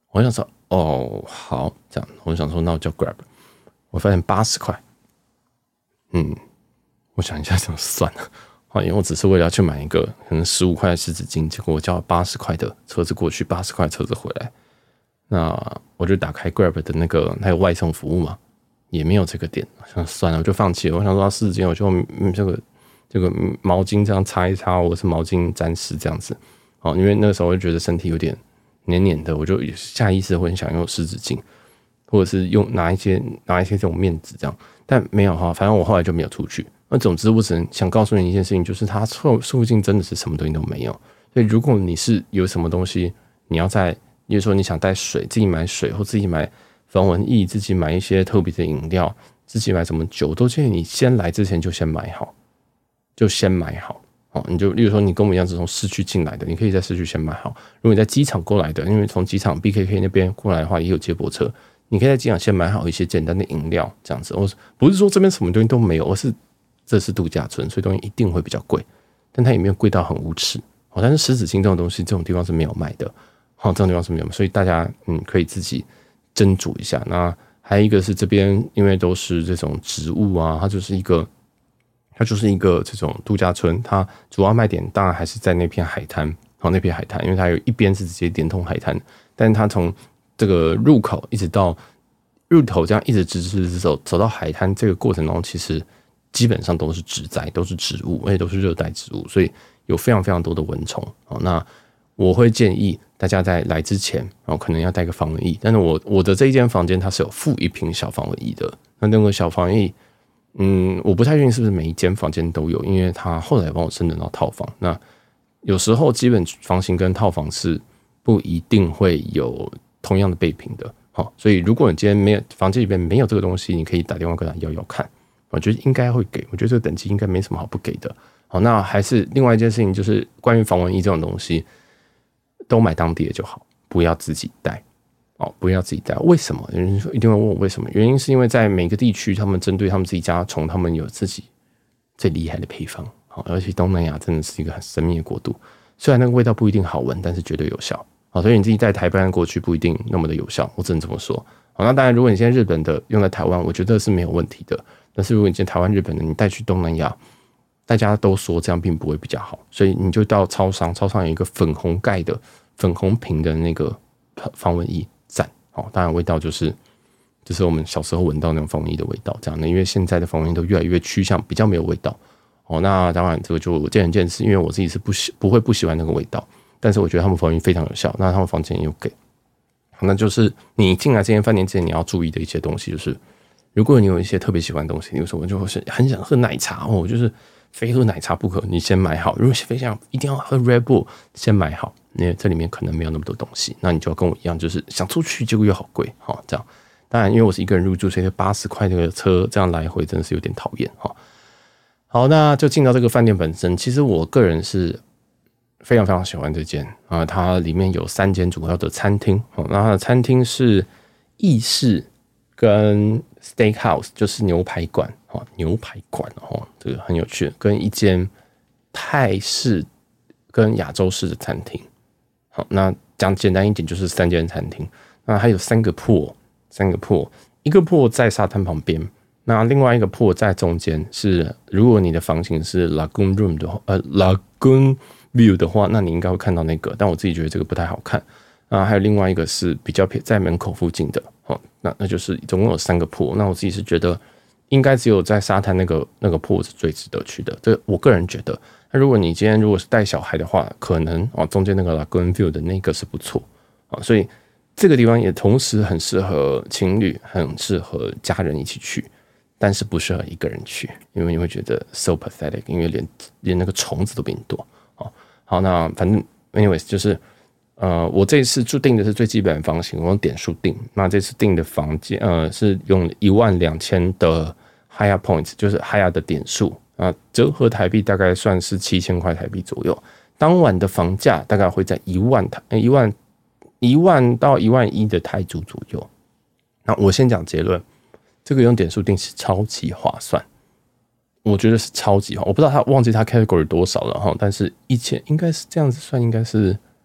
Speaker 1: 我想说哦好，这样我想说那我叫 Grab， 我发现八十块，嗯，我想一下怎么算了。因为我只是为了要去买一个可能十五块的湿纸巾，结果我叫八十块的车子过去，八十块车子回来，那我就打开 Grab 的那个，还有外送服务嘛，也没有这个点，想算了，我就放弃了。我想说湿纸巾，我就嗯这个这个毛巾这样擦一擦，或者是毛巾沾湿这样子，哦，因为那个时候我就觉得身体有点黏黏的，我就下意识会很想用湿纸巾，或者是用拿一些拿一些这种面纸这样，但没有哈，反正我后来就没有出去。那总之，我只能想告诉你一件事情，就是它附近真的是什么东西都没有。所以，如果你是有什么东西，你要在，比如说你想带水，自己买水，或自己买防蚊液，自己买一些特别的饮料，自己买什么酒，都建议你先来之前就先买好，就先买好。哦，你就例如说你跟我一样是从市区进来的，你可以在市区先买好。如果你在机场过来的，因为从机场 B K K 那边过来的话，也有接驳车，你可以在机场先买好一些简单的饮料，这样子。我不是说这边什么东西都没有，而是这是度假村，所以东西一定会比较贵，但它也没有贵到很无耻。但是湿纸巾这种东西，这种地方是没有卖的，这种地方是没有卖，所以大家嗯可以自己斟酌一下。那还有一个是这边，因为都是这种植物啊，它就是一个它就是一个这种度假村，它主要卖点当然还是在那片海滩，那片海滩，因为它有一边是直接连通海滩，但是它从这个入口一直到入口这样一直直直直走走到海滩这个过程中，其实基本上都是植栽，都是植物，而且都是热带植物，所以有非常非常多的蚊虫。那我会建议大家在来之前，可能要带个防蚊液。但是我我的这一间房间它是有附一瓶小防蚊液的。那那个小防蚊液，嗯，我不太确定是不是每一间房间都有，因为他后来帮我升等到套房。那有时候基本房型跟套房是不一定会有同样的备品的。所以如果你今天没有房间里面没有这个东西，你可以打电话跟他要要看。我觉得应该会给，我觉得这个等级应该没什么好不给的。好，那还是另外一件事情，就是关于防蚊液这种东西，都买当地的就好，不要自己带哦，不要自己带。为什么？有人一定会问我为什么？原因是因为在每个地区，他们针对他们自己家虫，他们有自己最厉害的配方。好，而且东南亚真的是一个很神秘的国度，虽然那个味道不一定好闻，但是绝对有效。好，所以你自己带台湾过去不一定那么的有效，我只能这么说。好，那当然，如果你现在日本的用在台湾，我觉得是没有问题的。但是如果你今天台湾、日本的，你带去东南亚，大家都说这样并不会比较好，所以你就到超商，超商有一个粉红盖的、粉红瓶的那个防蚊液赞。好，当然味道就是就是我们小时候闻到那种防蚊液的味道，这样的。因为现在的防蚊液都越来越趋向比较没有味道。哦，那当然这个就见仁见智，因为我自己是不喜不会不喜欢那个味道，但是我觉得他们防蚊液非常有效，那他们房间也有给。那就是你进来这间饭店之前你要注意的一些东西，就是如果你有一些特别喜欢的东西，比如说我就是很想喝奶茶哦，我就是非喝奶茶不可，你先买好。如果非常一定要喝 Red Bull， 先买好，因为这里面可能没有那么多东西，那你就要跟我一样，就是想出去结果又好贵，好这样。当然，因为我是一个人入住，所以八十块这个车这样来回真的是有点讨厌哈。好，那就进到这个饭店本身，其实我个人是非常非常喜欢这间啊，它里面有三间主要的餐厅，那它的餐厅是意式跟 steakhouse， 就是牛排馆，牛排馆这个很有趣，跟一间泰式跟亚洲式的餐厅。好，那讲简单一点就是三间餐厅，那还有三个pool，三个pool，一个pool在沙滩旁边，那另外一个pool在中间。是如果你的房型是 lagoon room 的话，呃 lagoon view 的话，那你应该会看到那个，但我自己觉得这个不太好看。啊，还有另外一个是比较偏在门口附近的，哦，那那就是总共有三个pool。那我自己是觉得应该只有在沙滩那个那个pool是最值得去的，这我个人觉得。那如果你今天如果是带小孩的话，可能哦中间那个 lagoon view 的那个是不错啊，所以这个地方也同时很适合情侣，很适合家人一起去，但是不适合一个人去，因为你会觉得 so pathetic， 因为连连那个虫子都比你多。好，那反正 anyways 就是呃，我这一次就订的是最基本的房型，我用点数订。那这次订的房间呃是用一万两千的 Hyatt Points， 就是 Hyatt 的点数啊，折合台币大概算是七千块台币左右。当晚的房价大概会在一万台一万一万到一万一的台铢左右。那我先讲结论，这个用点数订是超级划算。我觉得是超级好，我不知道他忘记他 category 多少了哈，但是一千应该是这样子算，应该是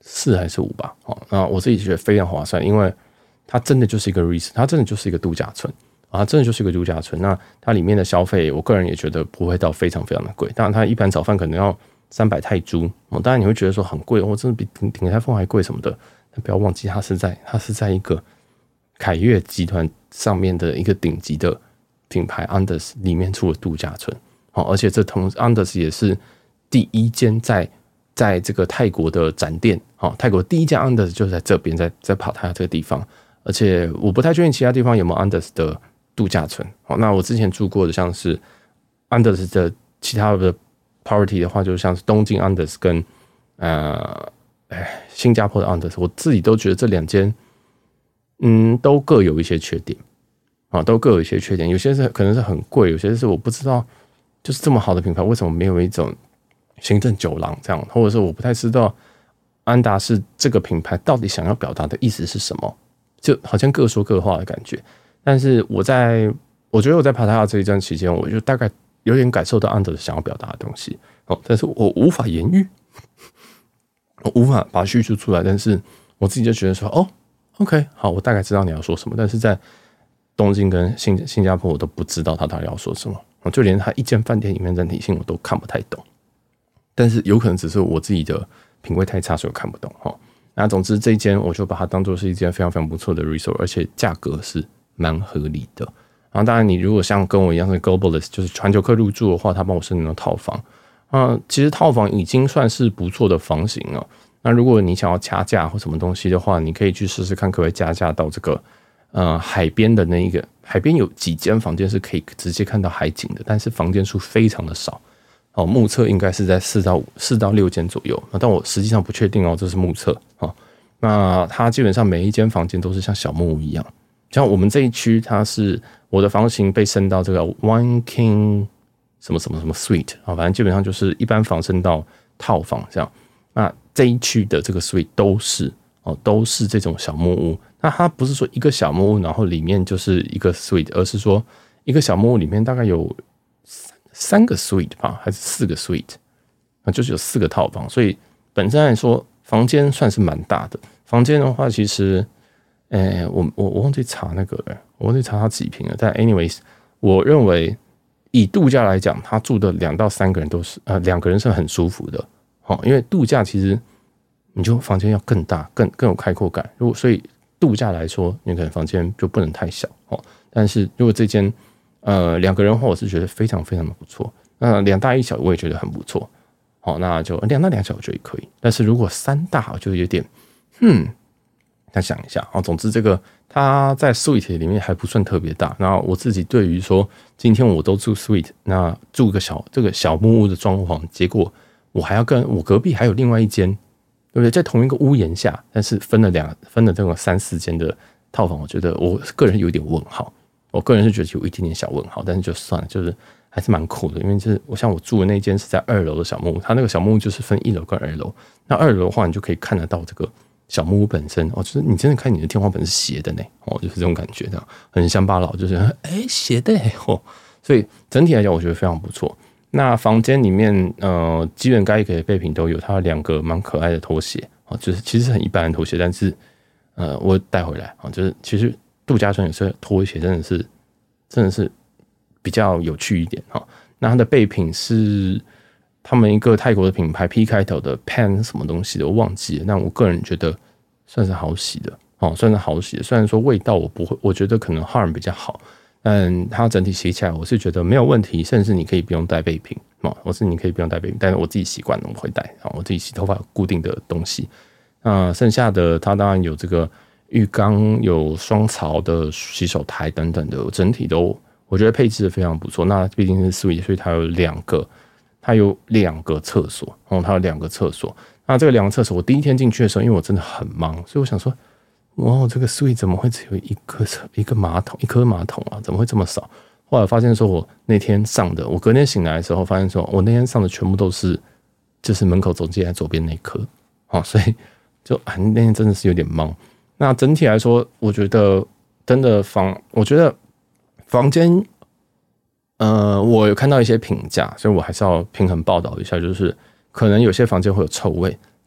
Speaker 1: 四还是五吧。哦，那我自己觉得非常划算，因为它真的就是一个 resort， 它真的就是一个度假村啊，它真的就是一个度假村。那它里面的消费，我个人也觉得不会到非常非常的贵。当然，它一盘早饭可能要三百泰铢，哦，当然你会觉得说很贵，哦，真的比鼎鼎泰丰还贵什么的。但不要忘记，它是在它是在一个凯悦集团上面的一个顶级的品牌 Andaz 里面出的度假村。哦，而且这同 Andaz 也是第一间在在这个泰国的展店，哦，泰国第一家 Andaz 就在这边，在在帕塔亚这个地方。而且我不太确定其他地方有没有 Andaz 的度假村。哦，那我之前住过的像是 Andaz 的其他的 property 的话，就像是东京 Andaz 跟呃哎新加坡的 Andaz， 我自己都觉得这两间嗯都各有一些缺点啊，都各有一些缺点。有些是可能是很贵，有些是我不知道。就是这么好的品牌，为什么没有一种行政酒廊这样？或者是我不太知道安达仕这个品牌到底想要表达的意思是什么？就好像各说各话的感觉。但是我在，我觉得我在帕塔亚这一段期间，我就大概有点感受到安德想要表达的东西。哦，但是我无法言喻，我无法把它叙述出来。但是我自己就觉得说，哦 ，OK， 好，我大概知道你要说什么。但是在东京跟新新加坡，我都不知道他到底要说什么。就连他一间饭店里面整体性我都看不太懂，但是有可能只是我自己的品味太差，所以我看不懂。那总之这一间我就把它当作是一间非常非常不错的 resort， 而且价格是蛮合理的。然后当然你如果像跟我一样是 globalist， 就是全球客入住的话，他帮我申请了套房。啊，其实套房已经算是不错的房型了。那如果你想要加价或什么东西的话，你可以去试试看可不可以加价到这个呃海边的那一个。海边有几间房间是可以直接看到海景的，但是房间数非常的少。哦，目测应该是在四到五、四到六间左右。但我实际上不确定哦，这是目测。哦，那它基本上每一间房间都是像小木屋一样。像我们这一区，它是我的房型被升到这个 One King 什么什么什么 Suite 啊，反正基本上就是一般房升到套房这样。那这一区的这个 Suite 都是哦，都是这种小木屋。那它不是说一个小木屋，然后里面就是一个 suite， 而是说一个小木屋里面大概有三个 suite 吧，还是四个 suite， 那就是有四个套房。所以本身来说，房间算是蛮大的。房间的话，其实，诶、欸，我我我忘记查那个了，我忘记查它几坪了。但 anyways， 我认为以度假来讲，他住的两到三个人都是呃两个人是很舒服的。好，因为度假其实你就房间要更大，更更有开阔感。如果所以。度假来说，你可能房间就不能太小哦。但是如果这间呃两个人的话，我是觉得非常非常的不错。那两大一小我也觉得很不错。好，那就两大两小我觉得也可以。但是如果三大，我就有点嗯，再想一下。哦，总之这个它在 suite 里面还不算特别大。那我自己对于说今天我都住 suite， 那住个小这个小木屋的装潢，结果我还要跟我隔壁还有另外一间。对不对？在同一个屋檐下，但是分了两分了这种三四间的套房，我觉得我个人有一点问号。我个人是觉得有一点点小问号，但是就算了，就是还是蛮酷的。因为就是我像我住的那间是在二楼的小木屋，它那个小木屋就是分一楼跟二楼。那二楼的话，你就可以看得到这个小木屋本身哦，就是你真的看你的天花板是斜的呢，哦，就是这种感觉，这样很乡巴佬，就是哎斜的哦。所以整体来讲，我觉得非常不错。那房间里面，呃，基本该给的备品都有，它有两个蛮可爱的拖鞋，哦，就是其实很一般的拖鞋，但是，呃，我带回来啊，就是其实度假村有时候拖鞋真的是，真的是比较有趣一点哈。那它的备品是他们一个泰国的品牌 P 开头的 Pan 什么东西的，我忘记了。那我个人觉得算是好洗的，哦，算是好洗的。虽然说味道我不会，我觉得可能 Harm 比较好。但它整体洗起来，我是觉得没有问题，甚至你可以不用带备品啊，或是你可以不用带备品，但是我自己习惯了，我会带啊，我自己洗头发有固定的东西。那剩下的它当然有这个浴缸，有双槽的洗手台等等的，整体都我觉得配置非常不错。那毕竟是 suite， 所以它有两个，它有两个厕所，哦，它有两个厕所。那这个两个厕所，我第一天进去的时候，因为我真的很忙，所以我想说。哇，这个 suite 怎么会只有一个一个马桶一颗马桶啊？怎么会这么少？后来发现说，我那天上的，我隔天醒来的时候，发现说我那天上的全部都是，就是门口走进来左边那颗，哦，所以就啊那天真的是有点忙。那整体来说，我觉得真的房，我觉得房间，呃，我有看到一些评价，所以我还是要平衡报道一下，就是可能有些房间会有臭味。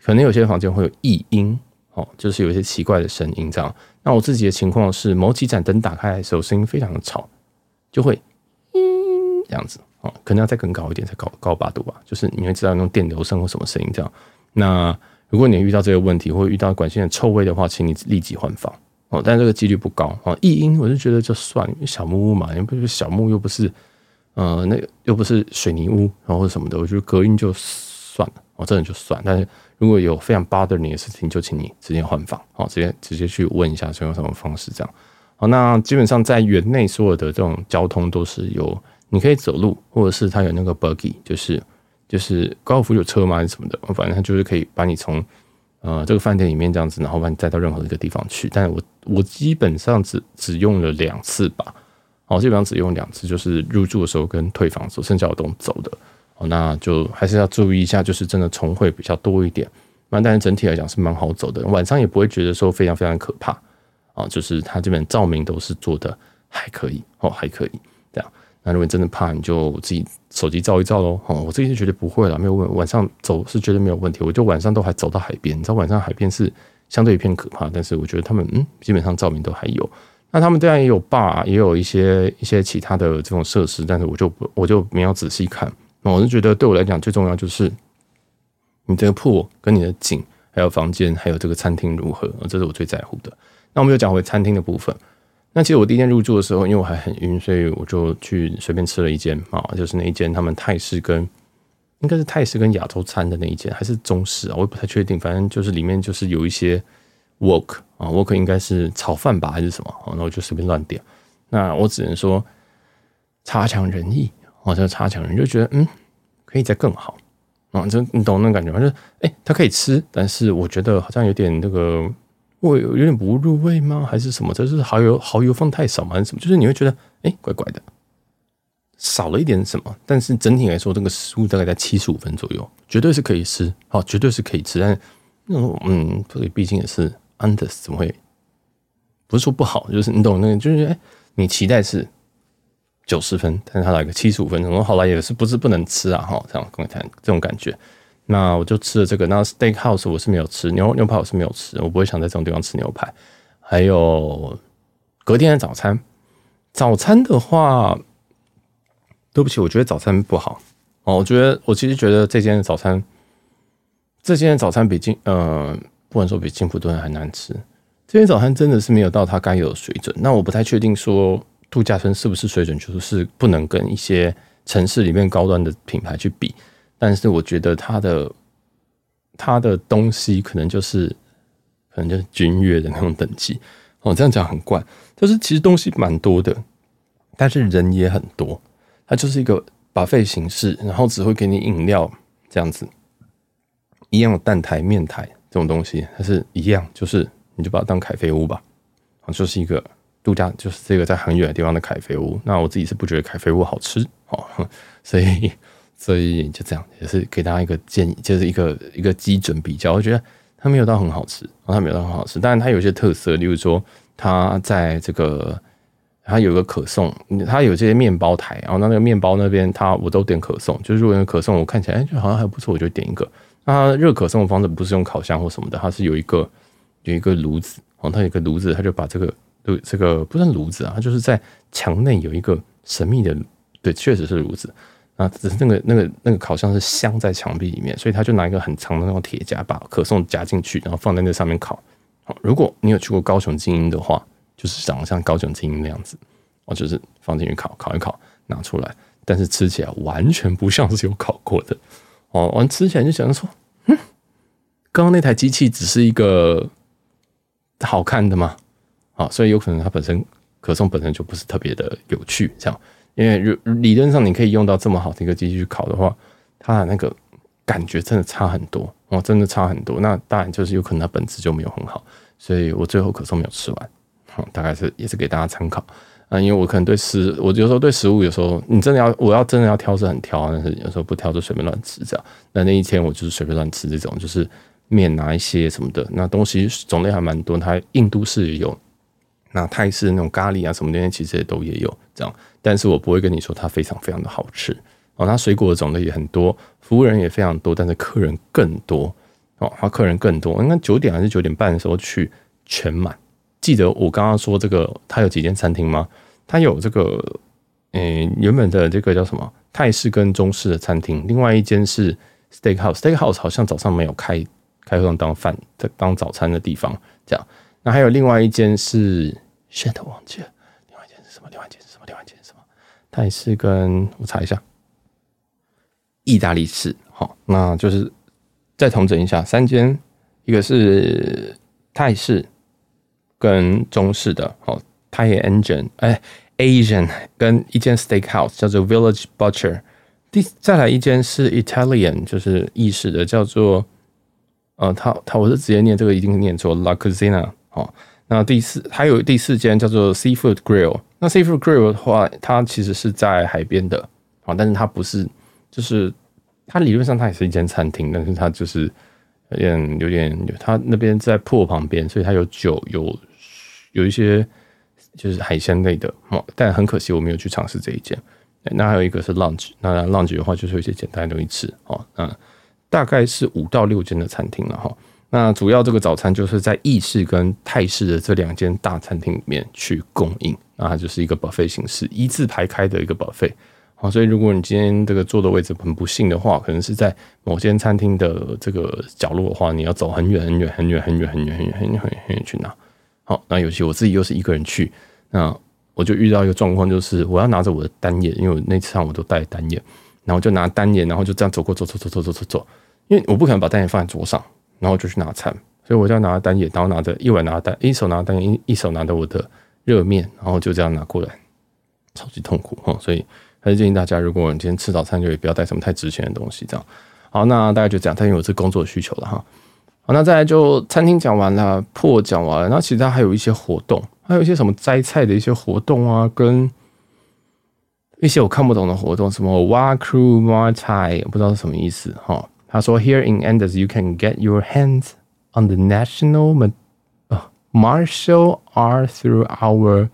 Speaker 1: 可能有些房间会有异音，哦，就是有一些奇怪的声音这样。那我自己的情况是，某几盏灯打开来的时候，声音非常的吵，就会嗯这样子，哦，可能要再更高一点，再高高八度吧，就是你会知道那种电流声或什么声音这样。那如果你遇到这个问题，或遇到管线的臭味的话，请你立即换房哦，但这个几率不高哦。异音我就觉得就算，因为小木屋嘛，又不是小木，又不是呃那又不是水泥屋，然后或者什么的，我觉得隔音就算了哦，真的就算。但是如果有非常 bother 你的事情，就请你直接换房哦，直接直接去问一下，是用什么方式这样。好，那基本上在园内所有的这种交通都是有，你可以走路，或者是它有那个 buggy， 就是就是高尔夫有车吗还是什么的，反正它就是可以把你从呃这个饭店里面这样子，然后把你带到任何一个地方去。但我我基本上只只用了两次吧，好，基本上只用两次，就是入住的时候跟退房的时候，剩下我都走的。好，那就还是要注意一下，就是真的虫会比较多一点。那但是整体来讲是蛮好走的，晚上也不会觉得说非常非常可怕啊，就是它这边照明都是做的还可以哦，还可以这样。那如果你真的怕，你就自己手机照一照咯。哦，我自己是绝对不会啦，没有问晚上走是绝对没有问题。我就晚上都还走到海边，你知道晚上海边是相对偏可怕，但是我觉得他们嗯基本上照明都还有。那他们当然也有 bar， 也有一些一些其他的这种设施，但是我就我就没有仔细看。我是觉得对我来讲最重要就是你这个pool跟你的景，还有房间，还有这个餐厅如何，这是我最在乎的。那我们又讲回餐厅的部分。那其实我第一天入住的时候，因为我还很晕，所以我就去随便吃了一间啊，就是那一间他们泰式跟应该是泰式跟亚洲餐的那一间，还是中式啊，我也不太确定。反正就是里面就是有一些 wok 啊 ，wok 应该是炒饭吧还是什么，然后我就随便乱点。那我只能说差强人意。哦，这个差强人就觉得嗯，可以再更好啊，就你懂那种感觉吗？就是哎、欸，它可以吃，但是我觉得好像有点那个味，有点不入味吗？还是什么？就是蚝油蚝油放太少吗？还是什么？就是你会觉得哎、欸，怪怪的，少了一点什么。但是整体来说，这个食物大概在七十五分左右，绝对是可以吃，好，绝对是可以吃。但那种嗯，这个毕竟也是 Andes， 怎么会不是说不好？就是你懂那个，就是哎、欸，你期待是九十分，但是他来个七十五分，然后后来也是不是不能吃啊？哈，这样跟我谈这种感觉。那我就吃了这个。那 Steakhouse 我是没有吃，牛牛排我是没有吃，我不会想在这种地方吃牛排。还有隔天的早餐，早餐的话，对不起，我觉得早餐不好哦。我觉得我其实觉得这间的早餐，这间的早餐比金呃，不能说比金普顿还难吃。这间早餐真的是没有到它该有的水准。那我不太确定说度假村是不是水准，就是不能跟一些城市里面高端的品牌去比。但是我觉得它的它的东西可能就是可能就是君悦的那种等级哦，这样讲很怪，就是其实东西蛮多的，但是人也很多，它就是一个 buffet 形式，然后只会给你饮料这样子，一样的蛋台面台这种东西，它是一样，就是你就把它当凯菲屋吧，就是一个度假，就是这个在很远的地方的凯菲屋。那我自己是不觉得凯菲屋好吃哦，所以。所以就这样，也是给大家一个建议，就是一个一个基准比较。我觉得它没有到很好吃，它没有到很好吃，当然它有一些特色，例如说它在这个它有一个可颂，它有这些面包台，然后那个面包那边它我都点可颂，就是如果有可颂我看起来就好像还不错，我就点一个。那热可颂的方式不是用烤箱或什么的，它是有一个有一个炉子，哦，它有一个炉子，它就把这个这个不是炉子啊，它就是在墙内有一个神秘的，对，确实是炉子。啊，只是那个那个那个烤箱是镶在墙壁里面，所以他就拿一个很长的那种铁夹，把可颂夹进去，然后放在那上面烤。如果你有去过高雄精英的话，就是长得像高雄精英那样子，哦，就是放进去烤，烤一烤，拿出来，但是吃起来完全不像是有烤过的。哦，完吃起来就想说，嗯，刚刚那台机器只是一个好看的嘛，啊，所以有可能它本身可颂本身就不是特别的有趣，这样。因为理论上你可以用到这么好的一个机器去烤的话，它的那个感觉真的差很多哦，真的差很多。那当然就是有可能它本质就没有很好，所以我最后可颂没有吃完，嗯、大概是也是给大家参考啊。因为我可能对食，我有时候对食物有时候你真的要我要真的要挑是很挑，但是有时候不挑就随便乱吃这样。那那一天我就是随便乱吃这种，就是面拿一些什么的，那东西种类还蛮多，它印度式也有。那泰式那种咖喱啊什么那些其实也都也有这样，但是我不会跟你说它非常非常的好吃哦。它水果的种类也很多，服务人也非常多，但是客人更多哦，他客人更多，应该九点还是九点半的时候去全满。记得我刚刚说这个，他有几间餐厅吗？他有这个，诶、欸，原本的这个叫什么泰式跟中式的餐厅，另外一间是 Steakhouse，Steakhouse 好像早上没有开开放当饭当早餐的地方，这样。那还有另外一间是 ，shit 忘记了，另外一间是什么？另外一间是什么？另外一间是什么？泰式跟我查一下，意大利式。好，那就是再统整一下，三间，一个是泰式跟中式的，好 ，Thai Asian， 哎 ，Asian 跟一间 Steakhouse 叫做 Village Butcher， 第再来一间是 Italian， 就是意式的，叫做呃，他他我是直接念这个一定念错 La Cucina， 好，那第四还有第四间叫做 Seafood Grill， 那 Seafood Grill 的话，它其实是在海边的，好，但是它不是，就是它理论上它也是一间餐厅，但是它就是有点有点，它那边在破旁边，所以它有酒有有一些就是海鲜类的，但很可惜我没有去尝试这一间。那还有一个是 Lunch， 那 Lunch 的话就是有一些简单的东西吃，哦，那大概是五到六间的餐厅了哈。那主要这个早餐就是在意式跟泰式的这两间大餐厅里面去供应，那它就是一个 buffet 形式，一字排开的一个 buffet。好，所以如果你今天这个坐的位置很不幸的话，可能是在某间餐厅的这个角落的话，你要走很远很远很远很远很远很远很远很远很远去拿。好，那尤其我自己又是一个人去，那我就遇到一个状况，就是我要拿着我的单眼，因为我那次上我都带单眼，然后就拿单眼，然后就这样走过走走走走走走走，因为我不可能把单眼放在桌上，然后就去拿餐，所以我就要拿单眼，然后拿着一碗拿单，一手拿单眼，一手拿着我的热面，然后就这样拿过来，超级痛苦哈。所以还是建议大家，如果你今天吃早餐，就也不要带什么太值钱的东西，这样。好，那大概就这样，但因为我是工作需求了哈。好，那再来就餐厅讲完了，破讲完了，然后其实它还有一些活动，还有一些什么摘菜的一些活动啊，跟一些我看不懂的活动，什么 Wakru Muay Thai， 不知道是什么意思哈。他说 Here in Andes you can get your hands on the national martial art through our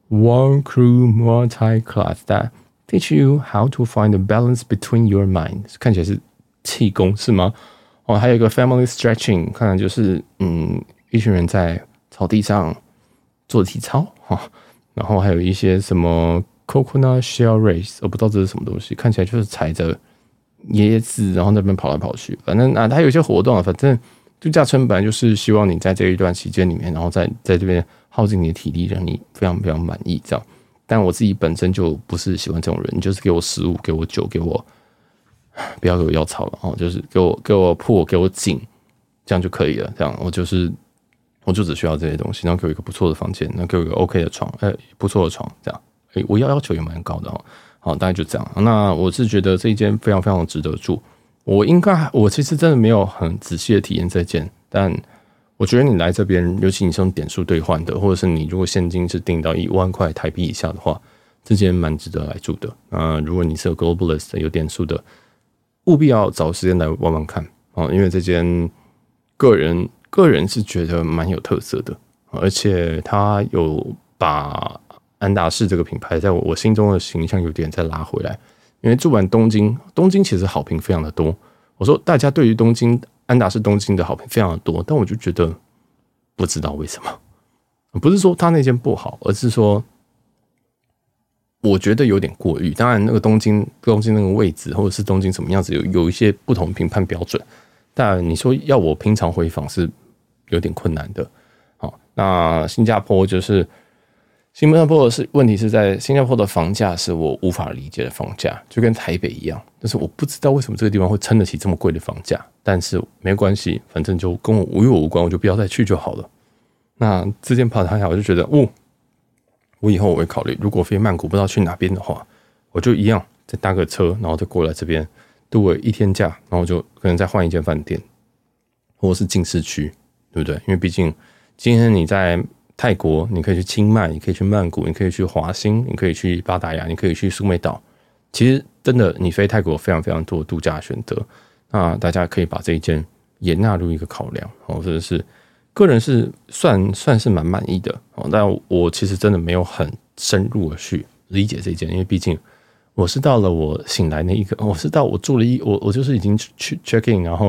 Speaker 1: Wakru Muay Thai class that teach you how to find the balance between your minds。 看起来是气功是吗？哦，还有一个 family stretching， 看来就是嗯，一群人在草地上做体操哈、哦。然后还有一些什么 coconut shell race， 我不知道这是什么东西，看起来就是踩着椰子，然后那边跑来跑去。反正啊，它有一些活动啊，反正度假村本来就是希望你在这一段期间里面，然后在在这边耗尽你的体力，让你非常非常满意这样。但我自己本身就不是喜欢这种人，你就是给我食物，给我酒，给我不要给我药草了哦，就是给我给我破，给我紧，这样就可以了。这样我就是我就只需要这些东西，然后给我一个不错的房间，然后给我一个 OK 的床，呃，不错的床，这样。欸、我要要求也蛮高的哦。好，大概就这样。那我是觉得这一间非常非常值得住。我应该我其实真的没有很仔细的体验这间，但我觉得你来这边，尤其你是用点数兑换的，或者是你如果现金是定到一万块台币以下的话，这间蛮值得来住的。呃，如果你是有 Globalist 有点数的，务必要找时间来玩玩看哦，因为这间个人个人是觉得蛮有特色的，而且他有把安达仕这个品牌在我心中的形象有点再拉回来。因为住完东京，东京其实好评非常的多。我说大家对于东京安达仕东京的好评非常的多，但我就觉得不知道为什么，不是说他那间不好，而是说我觉得有点过誉。当然，那个东京东京那个位置，或者是东京什么样子，有有一些不同评判标准。但你说要我平常回访是有点困难的。好，那新加坡就是。新加坡的是问题是在新加坡的房价是我无法理解的房价，就跟台北一样，但是我不知道为什么这个地方会撑得起这么贵的房价，但是没关系，反正就跟我与我无关，我就不要再去就好了。那这间帕塔亚我就觉得，哦，我以后我会考虑，如果飞曼谷不知道去哪边的话，我就一样再搭个车，然后再过来这边度个一天假，然后就可能再换一间饭店，或者是进市区，对不对？因为毕竟今天你在泰国，你可以去清迈，你可以去曼谷，你可以去华欣，你可以去巴达雅，你可以去苏梅岛。其实真的，你飞泰国有非常非常多的度假选择。那大家可以把这一间也纳入一个考量哦，这是个人是算算是蛮满意的哦。但我其实真的没有很深入的去理解这一间，因为毕竟我是到了我醒来那一个，我是到我住了一我我就是已经去 check in， 然后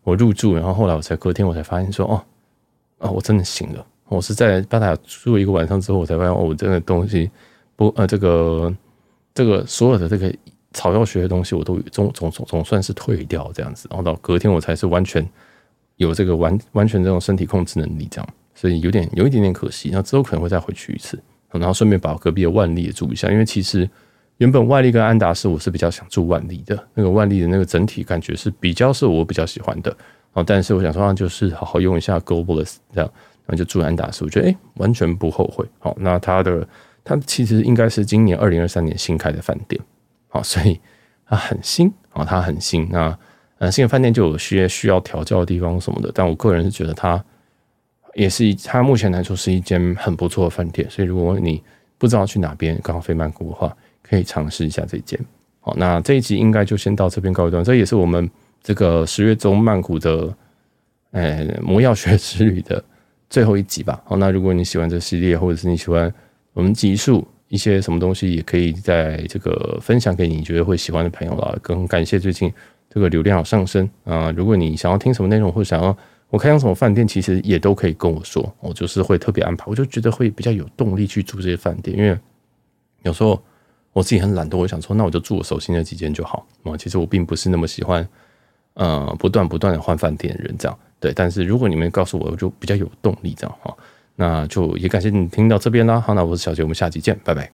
Speaker 1: 我入住，然后后来我才隔天我才发现说，哦，哦，我真的醒了。我是在巴塔住了一个晚上之后，我才发现，哦，我这个东西不呃，这个这个所有的这个草药学的东西，我都总总总总算是退掉这样子。然后到隔天我才是完全有这个完完全这种身体控制能力这样，所以有点有一点点可惜。然后之后可能会再回去一次，然后顺便把隔壁的万丽也住一下，因为其实原本万丽跟安达仕我是比较想住万丽的，那个万丽的那个整体感觉是比较是我比较喜欢的。但是我想说，就是好好用一下 Globalist 这样，然后就住安达仕，我觉得哎、欸，完全不后悔。好，那它的它其实应该是今年二零二三年新开的饭店，好，所以它很新，好，它很新。那呃，新的饭店就有些需要调教的地方什么的，但我个人是觉得它也是它目前来说是一间很不错的饭店，所以如果你不知道去哪边刚好飞曼谷的话，可以尝试一下这间。好，那这一集应该就先到这边告一段，这也是我们这个十月中曼谷的呃魔药学之旅的最后一集吧。好，那如果你喜欢这个系列，或者是你喜欢我们集数一些什么东西，也可以在这个分享给你觉得会喜欢的朋友啦。更感谢最近这个流量有上升啊、呃！如果你想要听什么内容，或者想要我开箱什么饭店，其实也都可以跟我说，我就是会特别安排。我就觉得会比较有动力去住这些饭店，因为有时候我自己很懒惰，我想说，那我就住我熟悉的几间就好。啊，其实我并不是那么喜欢。呃，不断不断的换饭店的人这样，对，但是如果你们告诉我，我就比较有动力这样哈，那就也感谢你听到这边啦。好，那我是小杰，我们下集见，拜拜。